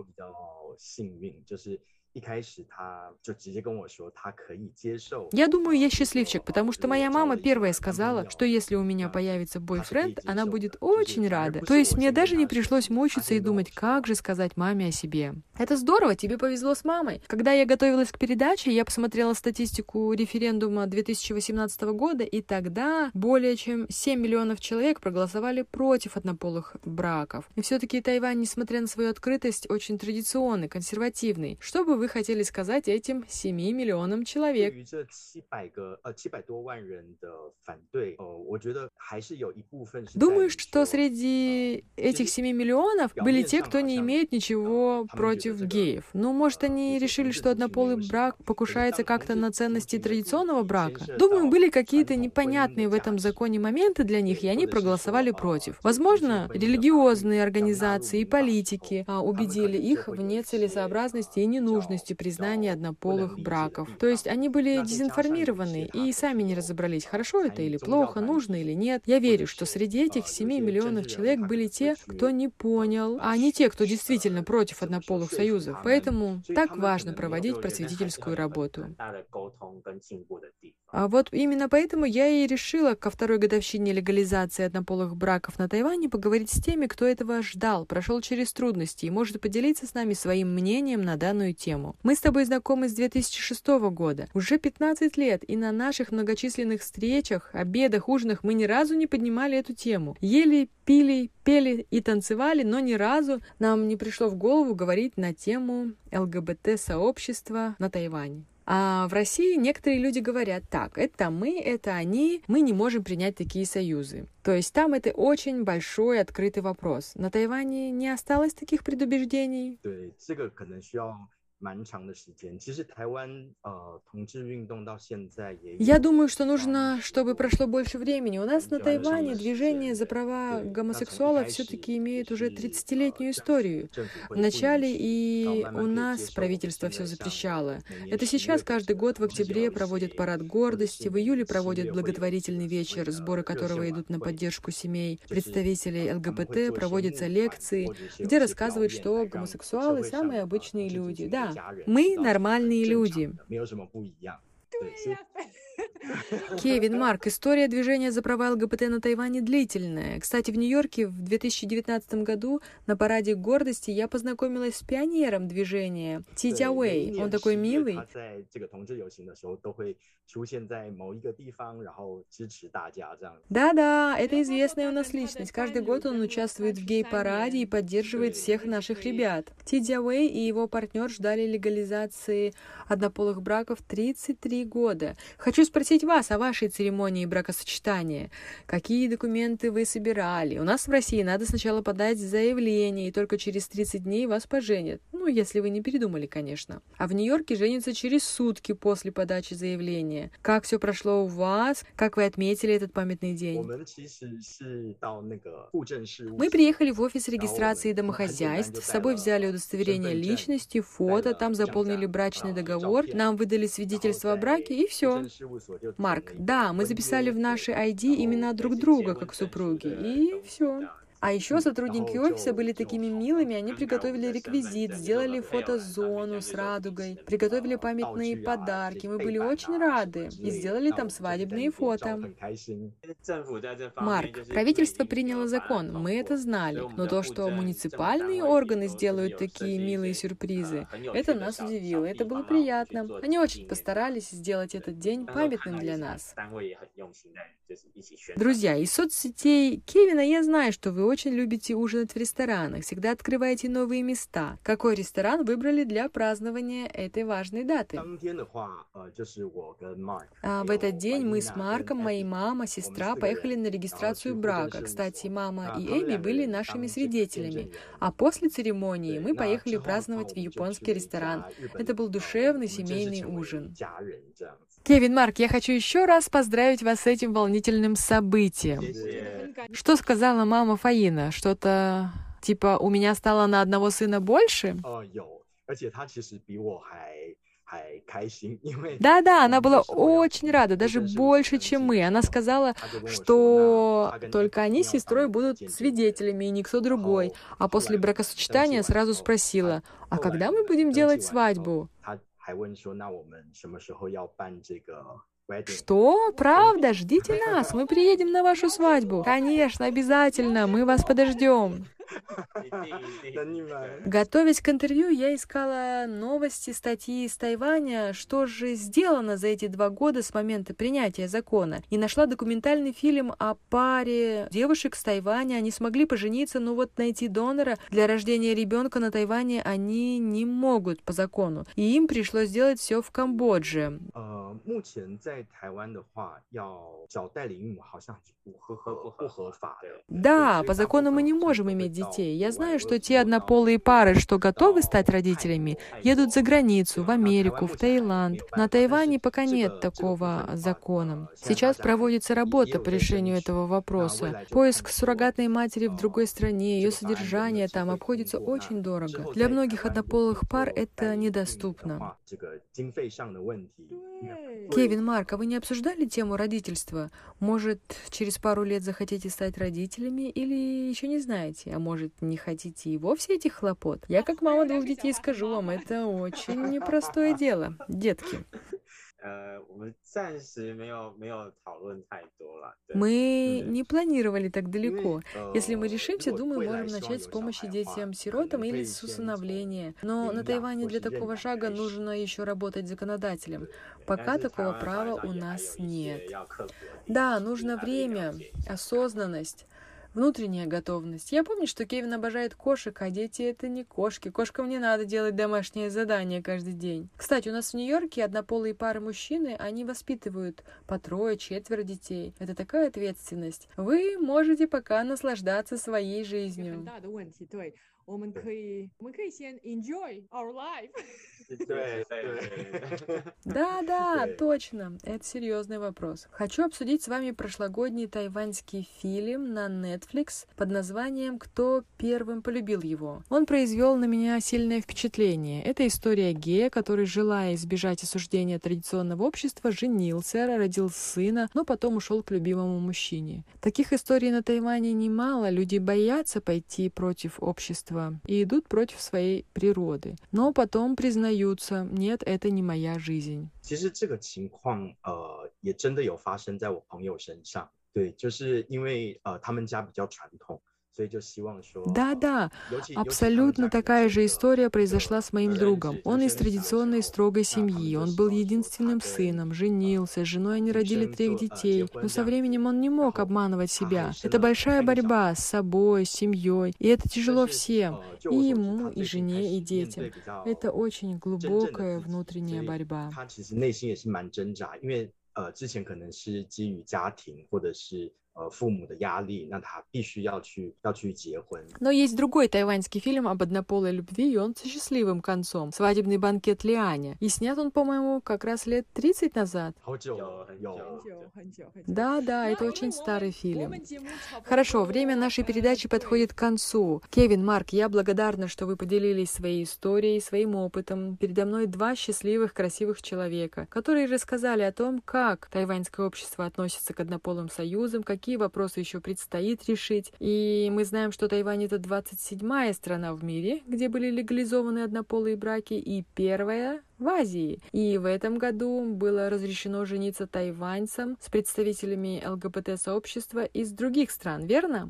Я думаю, я счастливчик, потому что моя мама первая сказала, что если у меня появится бойфренд, она будет очень рада. То есть мне даже не пришлось мучиться и думать, как же сказать маме о себе. Это здорово, тебе повезло с мамой. Когда я готовилась к передаче, я посмотрела статистику референдума 2018 года, и тогда более чем 7 миллионов человек проголосовали против однополых браков. И все-таки Тайвань, несмотря на свою открытость, очень традиционный, консервативный. Что бы вы хотели сказать этим 7 миллионам человек? Думаю, что среди этих 7 миллионов были те, кто не имеет ничего против геев. Ну, может, они решили, что однополый брак покушается как-то на ценности традиционного брака? Думаю, были какие-то непонятные в этом законе моменты для них, и они проголосовали против. Возможно, религиозные организации и политики убедили их в нецелесообразности и ненужности признания однополых браков. То есть они были дезинформированы и сами не разобрались, хорошо это или плохо, нужно или нет. Я верю, что среди этих 7 миллионов человек были те, кто не понял, а не те, кто действительно против однополых союзов. Поэтому так важно проводить просветительскую работу. А вот именно поэтому я и решила ко второй годовщине легализации однополых браков на Тайване поговорить с теми, кто этого ждал, прошел через трудности и может поделиться с нами своим мнением на данную тему. Мы с тобой знакомы с 2006 года. Уже 15 лет, и на наших многочисленных встречах, обедах, ужинах мы ни разу не поднимали эту тему. Ели, пили, пели и танцевали, но ни разу нам не пришло в голову говорить на тему ЛГБТ-сообщества на Тайване. А в России некоторые люди говорят, так, это мы, это они, мы не можем принять такие союзы. То есть там это очень большой открытый вопрос. На Тайване не осталось таких предубеждений? Я думаю, что нужно, чтобы прошло больше времени. У нас на Тайване движение за права гомосексуалов все-таки имеет уже 30-летнюю историю. Вначале и у нас правительство все запрещало. Это сейчас каждый год в октябре проводят парад гордости, в июле проводят благотворительный вечер, сборы которого идут на поддержку семей представителей ЛГБТ, проводятся лекции, где рассказывают, что гомосексуалы самые обычные люди. Да, мы нормальные люди. Кевин, Марк, история движения за права ЛГБТ на Тайване длительная. Кстати, в Нью-Йорке в 2019 году на параде гордости я познакомилась с пионером движения Ти Джауэй. Он такой милый. Да-да, это известная у нас личность. Каждый год он участвует в гей-параде и поддерживает всех наших ребят. Ти Джауэй и его партнер ждали легализации однополых браков 33 года. Хочу спросить вас о вашей церемонии бракосочетания. Какие документы вы собирали? У нас в России надо сначала подать заявление, и только через 30 дней вас поженят. Ну, если вы не передумали, конечно. А в Нью-Йорке женятся через сутки после подачи заявления. Как все прошло у вас? Как вы отметили этот памятный день? Мы приехали в офис регистрации домохозяйств, с собой взяли удостоверение личности, фото, там заполнили брачный договор, нам выдали свидетельство о браке, и все. Марк, да, мы записали в наши ID имена друг друга, как супруги, и все. А еще сотрудники офиса были такими милыми, они приготовили реквизит, сделали фотозону с радугой, приготовили памятные подарки, мы были очень рады и сделали там свадебные фото. Марк, правительство приняло закон, мы это знали, но то, что муниципальные органы сделают такие милые сюрпризы, это нас удивило, это было приятно. Они очень постарались сделать этот день памятным для нас. Друзья, из соцсетей Кевина я знаю, что вы очень любите ужинать в ресторанах, всегда открываете новые места. Какой ресторан выбрали для празднования этой важной даты? В этот день мы с Марком, моей мама, сестра поехали на регистрацию брака. Кстати, мама и Эбби были нашими свидетелями. А после церемонии мы поехали праздновать в японский ресторан. Это был душевный семейный ужин. Кевин, Марк, я хочу еще раз поздравить вас с этим волнительным событием. Что сказала мама Фаина? Что-то типа «у меня стало на одного сына больше»? Да-да, она была очень рада, даже больше, чем мы. Она сказала, что только они с сестрой будут свидетелями, и никто другой. А после бракосочетания сразу спросила, а когда мы будем делать свадьбу? Что? Правда? Ждите нас, мы приедем на вашу свадьбу. Конечно, обязательно, мы вас подождем. Готовясь к интервью, я искала новости, статьи из Тайваня, что же сделано за эти 2 года с момента принятия закона. И нашла документальный фильм о паре девушек с Тайваня. Они смогли пожениться, но вот найти донора для рождения ребенка на Тайване они не могут по закону. И им пришлось сделать все в Камбодже. Да, по закону мы не можем иметь детей. Я знаю, что те однополые пары, что готовы стать родителями, едут за границу, в Америку, в Таиланд. На Тайване пока нет такого закона. Сейчас проводится работа по решению этого вопроса. Поиск суррогатной матери в другой стране, ее содержание там обходится очень дорого. Для многих однополых пар это недоступно. Кевин, Марк, а вы не обсуждали тему родительства? Может, через пару лет захотите стать родителями или еще не знаете? А может, не хотите и вовсе этих хлопот? Я как мама 2 детей скажу вам, это очень непростое дело, детки. Мы не планировали так далеко. Если мы решимся, думаю, можем начать с помощи детям-сиротам или с усыновления. Но на Тайване для такого шага нужно еще работать законодателем. Пока такого права у нас нет. Да, нужно время, осознанность. Внутренняя готовность. Я помню, что Кевин обожает кошек, а дети — это не кошки. Кошкам не надо делать домашнее задание каждый день. Кстати, у нас в Нью-Йорке однополые пары мужчины, они воспитывают по 3-4 детей. Это такая ответственность. Вы можете пока наслаждаться своей жизнью. Да, точно. Это серьезный вопрос. Хочу обсудить с вами прошлогодний тайваньский фильм на Netflix под названием «Кто первым полюбил его?». Он произвел на меня сильное впечатление. Это история гея, который, желая избежать осуждения традиционного общества, женился, родил сына, но потом ушел к любимому мужчине. Таких историй на Тайване немало. Люди боятся пойти против общества и идут против своей природы. Но потом признаются, нет, это не моя жизнь. 其实这个情况也真的有发生在我朋友身上，对，就是因为他们家比较传统。 Да, абсолютно такая же история произошла с моим другом. Он из традиционной строгой семьи, он был единственным сыном, женился, с женой они родили 3 детей, но со временем он не мог обманывать себя. Это большая борьба с собой, с семьей, и это тяжело всем, и ему, и жене, и детям. Это очень глубокая внутренняя борьба. 之前可能是基于家庭或者是父母的压力，那他必须要去结婚。 Но есть другой тайваньский фильм об однополой любви, и он с счастливым концом. «Свадебный банкет Лианя». И снят он, по-моему, как раз лет 30 назад. Да, это очень старый фильм. Хорошо, время нашей передачи подходит к концу. Кевин, Марк, я благодарна, что вы поделились своей историей, своим опытом. Передо мной 2 счастливых, красивых человека, которые рассказали о том, как тайваньское общество относится к однополым союзам, какие вопросы еще предстоит решить. И мы знаем, что Тайвань — это 27-я страна в мире, где были легализованы однополые браки, и 1-я в Азии. И в этом году было разрешено жениться тайваньцам с представителями ЛГБТ-сообщества из других стран, верно?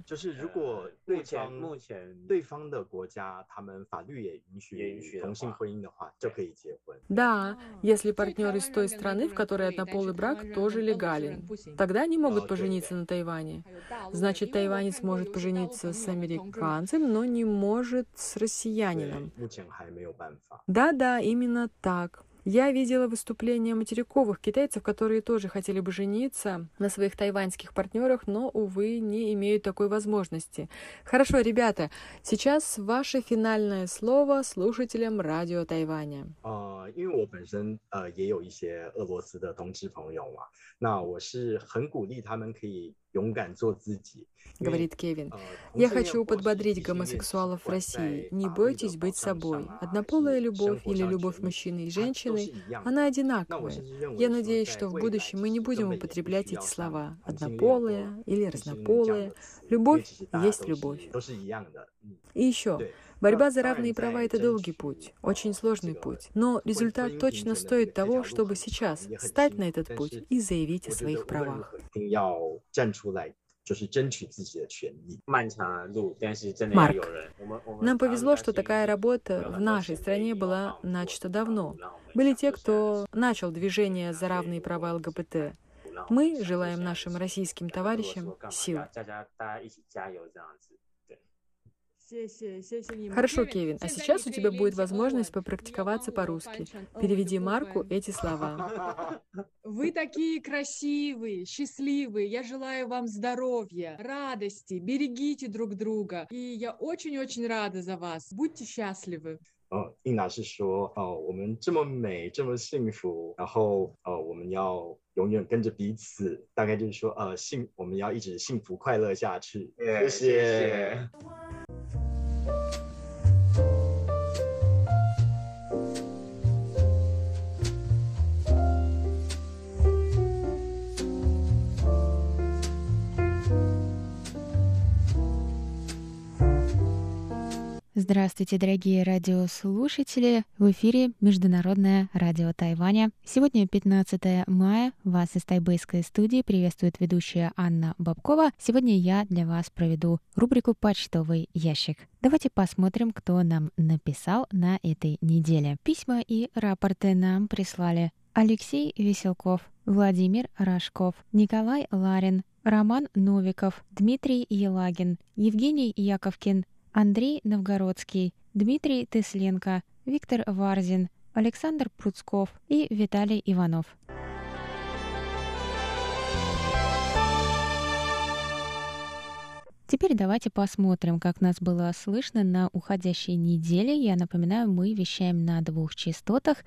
Да, если партнер из той страны, в которой однополый брак тоже легален, тогда они могут пожениться на Тайване. Значит, тайванец может пожениться с американцем, но не может с россиянином. Да, именно так. Я видела выступления материковых китайцев, которые тоже хотели бы жениться на своих тайваньских партнерах, но, увы, не имеют такой возможности. Хорошо, ребята, сейчас ваше финальное слово слушателям радио Тайваня. 因为我本身也有一些俄罗斯的同志朋友嘛，那我是很鼓励他们可以 говорит Кевин. Я хочу подбодрить гомосексуалов в России. Не бойтесь быть собой. Однополая любовь или любовь мужчины и женщины, она одинаковая. Я надеюсь, что в будущем мы не будем употреблять эти слова. Однополая или разнополая. Любовь есть любовь. И еще. Борьба за равные права – это долгий путь, очень сложный путь. Но результат точно стоит того, чтобы сейчас встать на этот путь и заявить о своих правах. Марк. Нам повезло, что такая работа в нашей стране была начата давно. Были те, кто начал движение за равные права ЛГБТ. Мы желаем нашим российским товарищам сил. Хорошо, Кевин, а сейчас у тебя будет возможность попрактиковаться по-русски. Переведи Марку эти слова. Вы такие красивые, счастливые. Я желаю вам здоровья, радости, берегите друг друга. И я очень-очень рада за вас. Будьте счастливы. 应答是说，我们这么美，这么幸福，然后我们要永远跟着彼此，大概就是说，我们要一直幸福快乐下去。谢谢。 Здравствуйте, дорогие радиослушатели! В эфире Международное радио Тайваня. Сегодня 15 мая. Вас из тайбэйской студии приветствует ведущая Анна Бабкова. Сегодня я для вас проведу рубрику «Почтовый ящик». Давайте посмотрим, кто нам написал на этой неделе. Письма и рапорты нам прислали Алексей Веселков, Владимир Рожков, Николай Ларин, Роман Новиков, Дмитрий Елагин, Евгений Яковкин, Андрей Новгородский, Дмитрий Тысленко, Виктор Варзин, Александр Пруцков и Виталий Иванов. Теперь давайте посмотрим, как нас было слышно на уходящей неделе. Я напоминаю, мы вещаем на двух частотах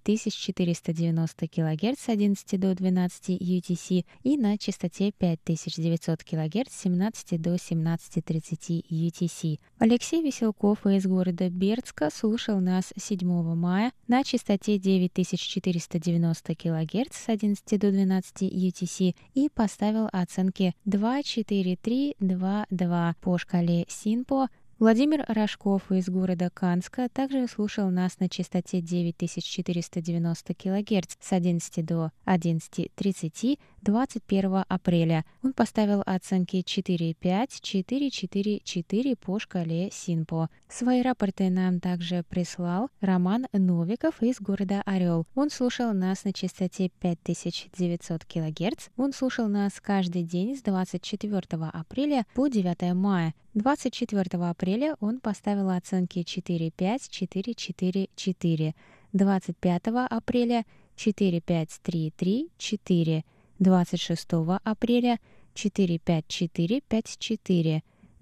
9490 кГц с 11 до 12 UTC и на частоте 5900 кГц с 17 до 17:30 UTC. Алексей Веселков из города Бердска слушал нас 7 мая на частоте 9490 кГц с 11 до 12 UTC и поставил оценки 2, 4, 3, 2, 2 по шкале СИНПО. Владимир Рожков из города Канска также слушал нас на частоте 9490 кГц с 11 до 11:30 21 апреля. Он поставил оценки 4,5, 4, 4, 4 по шкале СИНПО. Свои рапорты нам также прислал Роман Новиков из города Орел. Он слушал нас на частоте 5900 кГц. Он слушал нас каждый день с 24 апреля по 9 мая. 24 апреля он поставил оценки 4,5, 4, 4, 4. 25 апреля 4, 5, 3, 3, 4. 26 апреля 4, 5, 4, 5, 4.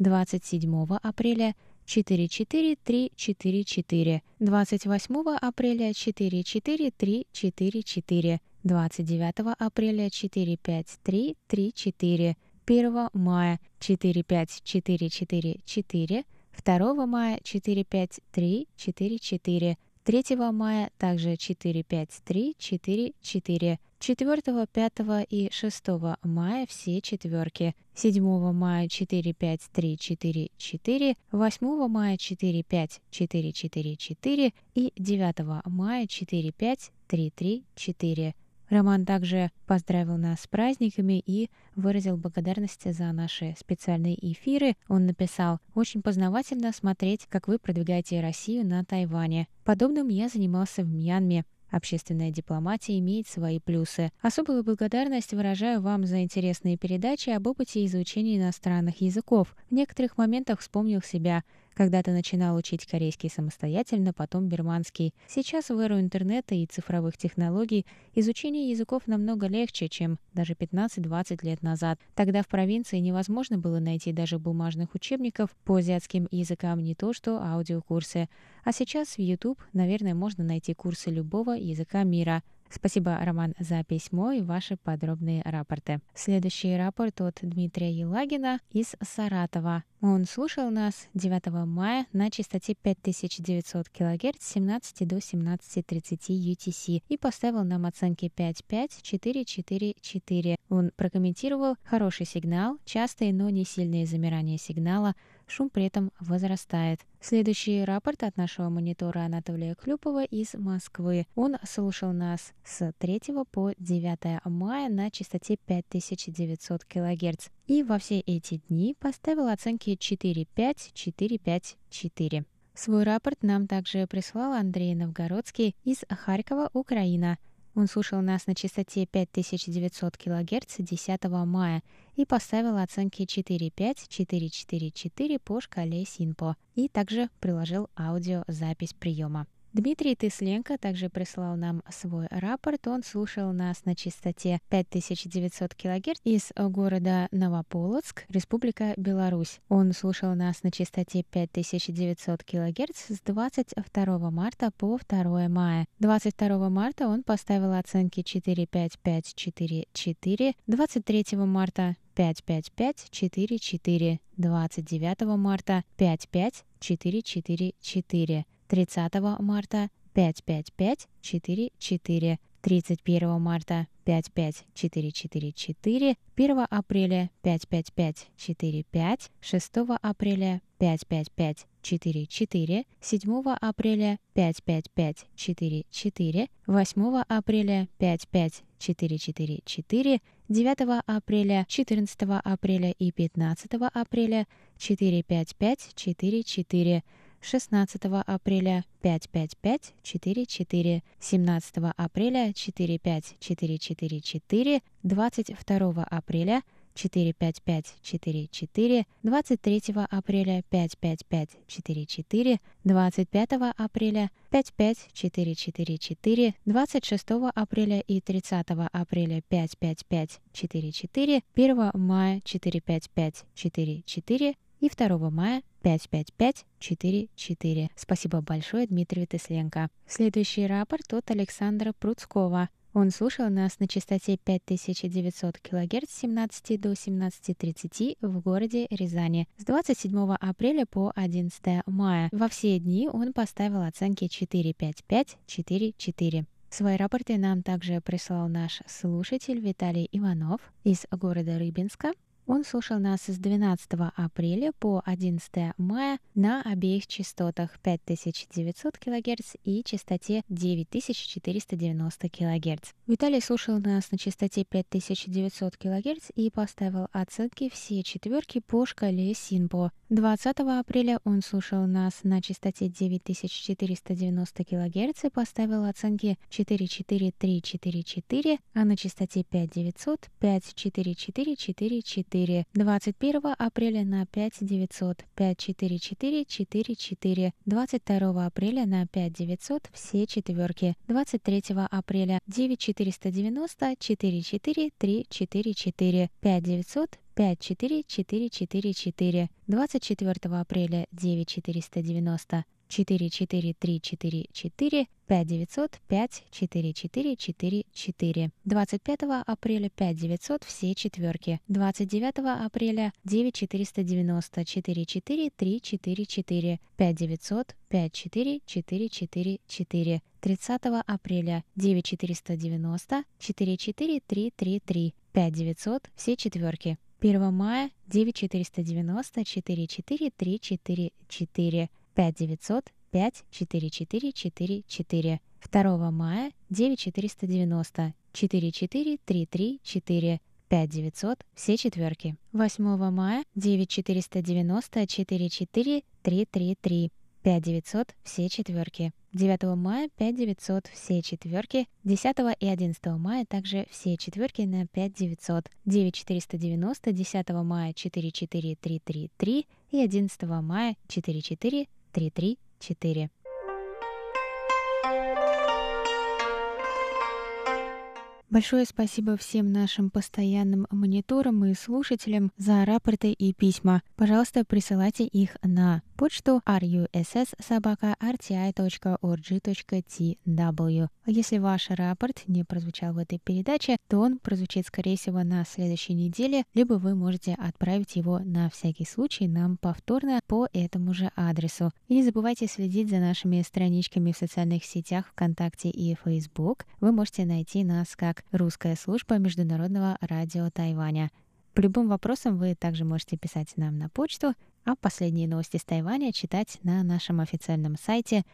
27 апреля 4, 4, 3, 4, 4. 28 апреля 4, 4, 3, 4, 4. 29 апреля 4, 5, 3, 3, 4. 1 мая 4, 5, 4, 4, 4. 2 мая 4, 5, 3, 4, 4. 3 мая также 4, 5, 3, 4, 4. 4, 5 и 6 мая все четверки. 7 мая 4, 5, 3, 4, 4. 8 мая 4, 5, 4, 4, 4. И 9 мая 4, 5, 3, 3, 4. Роман также поздравил нас с праздниками и выразил благодарность за наши специальные эфиры. Он написал: «Очень познавательно смотреть, как вы продвигаете Россию на Тайване. Подобным я занимался в Мьянме. Общественная дипломатия имеет свои плюсы. Особую благодарность выражаю вам за интересные передачи об опыте изучения иностранных языков. В некоторых моментах вспомнил себя. Когда-то начинал учить корейский самостоятельно, потом бирманский. Сейчас в эру интернета и цифровых технологий изучение языков намного легче, чем даже 15-20 лет назад. Тогда в провинции невозможно было найти даже бумажных учебников по азиатским языкам, не то что аудиокурсы. А сейчас в YouTube, наверное, можно найти курсы любого языка мира. Спасибо, Роман, за письмо и ваши подробные рапорты. Следующий рапорт от Дмитрия Елагина из Саратова. Он слушал нас 9 мая на частоте 5900 кГц с 17 до 17:30 UTC и поставил нам оценки 5,5, 4, 4, 4. Он прокомментировал: хороший сигнал, частые, но не сильные замирания сигнала, шум при этом возрастает. Следующий рапорт от нашего монитора Анатолия Клюпова из Москвы. Он слушал нас с 3 по 9 мая на частоте 5900 кГц. И во все эти дни поставил оценки 4,5, 4,5, 4. Свой рапорт нам также прислал Андрей Новгородский из Харькова, Украина. Он слушал нас на частоте 5900 кГц 10 мая и поставил оценки 4,5, 4,4,4 по шкале СИНПО и также приложил аудиозапись приема. Дмитрий Тысленко также прислал нам свой рапорт. Он слушал нас на частоте 5900 кГц из города Новополоцк, Республика Беларусь. Он слушал нас на частоте 5900 кГц с 22 марта по 2 мая. 22 марта он поставил оценки 4,5,5,4,4, 23 марта 5,5,5,4,4, 29 марта 5,5,4,4,4. 30 марта 5,5,5,4,4, 31 марта 5,5,4,4,4, 1 апреля 5,5,5,4,5, 6 апреля 5,5,5,4,4, 7 апреля 5,5,5,4,4, 8 апреля 5,5,4,4,4, 9 апреля, 14 апреля и 15 апреля 4,5,5,4,4, 16 апреля 5,5,5,4,4, 17 апреля 4,5,4,4,4, 22 апреля 4,5,5,4,4, 23 апреля 5,5,5,4,4, 25 апреля 5,5,4,4,4, 26 апреля и 30 апреля 5,5,5,4,4, 1 мая 4,5,5,4,4 и 2 мая 5,5,5,4,4. Спасибо большое Дмитрию Тысленко. Следующий рапорт от Александра Пруцкова. Он слушал нас на частоте 5900 кГц с 17 до 17:30 в городе Рязани с 27 апреля по 11 мая. Во все дни он поставил оценки 4,5,5, 4,4. Свои рапорты нам также прислал наш слушатель Виталий Иванов из города Рыбинска. Он слушал нас с 12 апреля по 11 мая на обеих частотах 5900 кГц и частоте 9490 кГц. Виталий слушал нас на частоте 5900 кГц и поставил оценки все четверки по шкале СИНПО. 20 апреля он слушал нас на частоте 9490 кГц и поставил оценки 4,4,3,4,4, а на частоте 5900 5,4,4,4,4. 21 апреля на 5900 5,4,4,4,4, 22 апреля на 5900 все четверки, 23 апреля 9490 4,4,3,4,4, 5900 5,4,4,4,4, 24 апреля 9490 4,4,3,4,4, 5900 5,4,4,4,4, 25 апреля 5900 все четверки, 29 апреля 9490 4,4,3,4,4, 5900 5,4,4,4,4, 30 апреля 9490 4,4,3,3,3, 5900 все четверки. 1 мая 9490 4,4,3,4,4, 5900 5,4,4,4,4, 2 мая 9490 4,4,3,3,4, 5900 все четверки. 8 мая 9490 4,4,3,3,3, 5900 все четверки. 9 мая 5900 все четверки, 10 и 11 мая также все четверки на 5900, 9490 10 мая 4,4,3,3,3 и 11 мая 4,4,3,3,4. Большое спасибо всем нашим постоянным мониторам и слушателям за рапорты и письма. Пожалуйста, присылайте их на почту russ@rti.org.tw. Если ваш рапорт не прозвучал в этой передаче, то он прозвучит, скорее всего, на следующей неделе, либо вы можете отправить его на всякий случай нам повторно по этому же адресу. И не забывайте следить за нашими страничками в социальных сетях ВКонтакте и Facebook. Вы можете найти нас как «Русская служба Международного радио Тайваня». По любым вопросам вы также можете писать нам на почту, а последние новости с Тайваня читать на нашем официальном сайте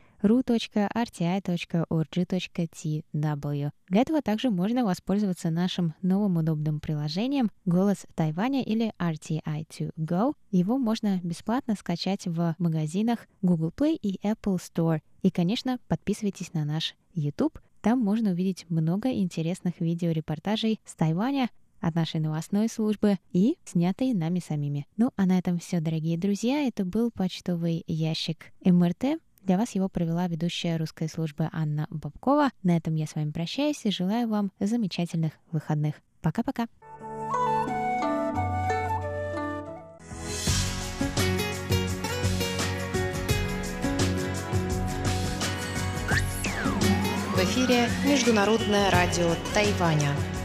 ru.rti.org.tw. Для этого также можно воспользоваться нашим новым удобным приложением «Голос Тайваня» или RTI2Go. Его можно бесплатно скачать в магазинах Google Play и Apple Store. И, конечно, подписывайтесь на наш YouTube. Там можно увидеть много интересных видеорепортажей с Тайваня, от нашей новостной службы и снятые нами самими. Ну, а на этом все, дорогие друзья. Это был почтовый ящик МРТ. Для вас его провела ведущая русской службы Анна Бабкова. На этом я с вами прощаюсь и желаю вам замечательных выходных. Пока-пока. В эфире Международное радио Тайваня.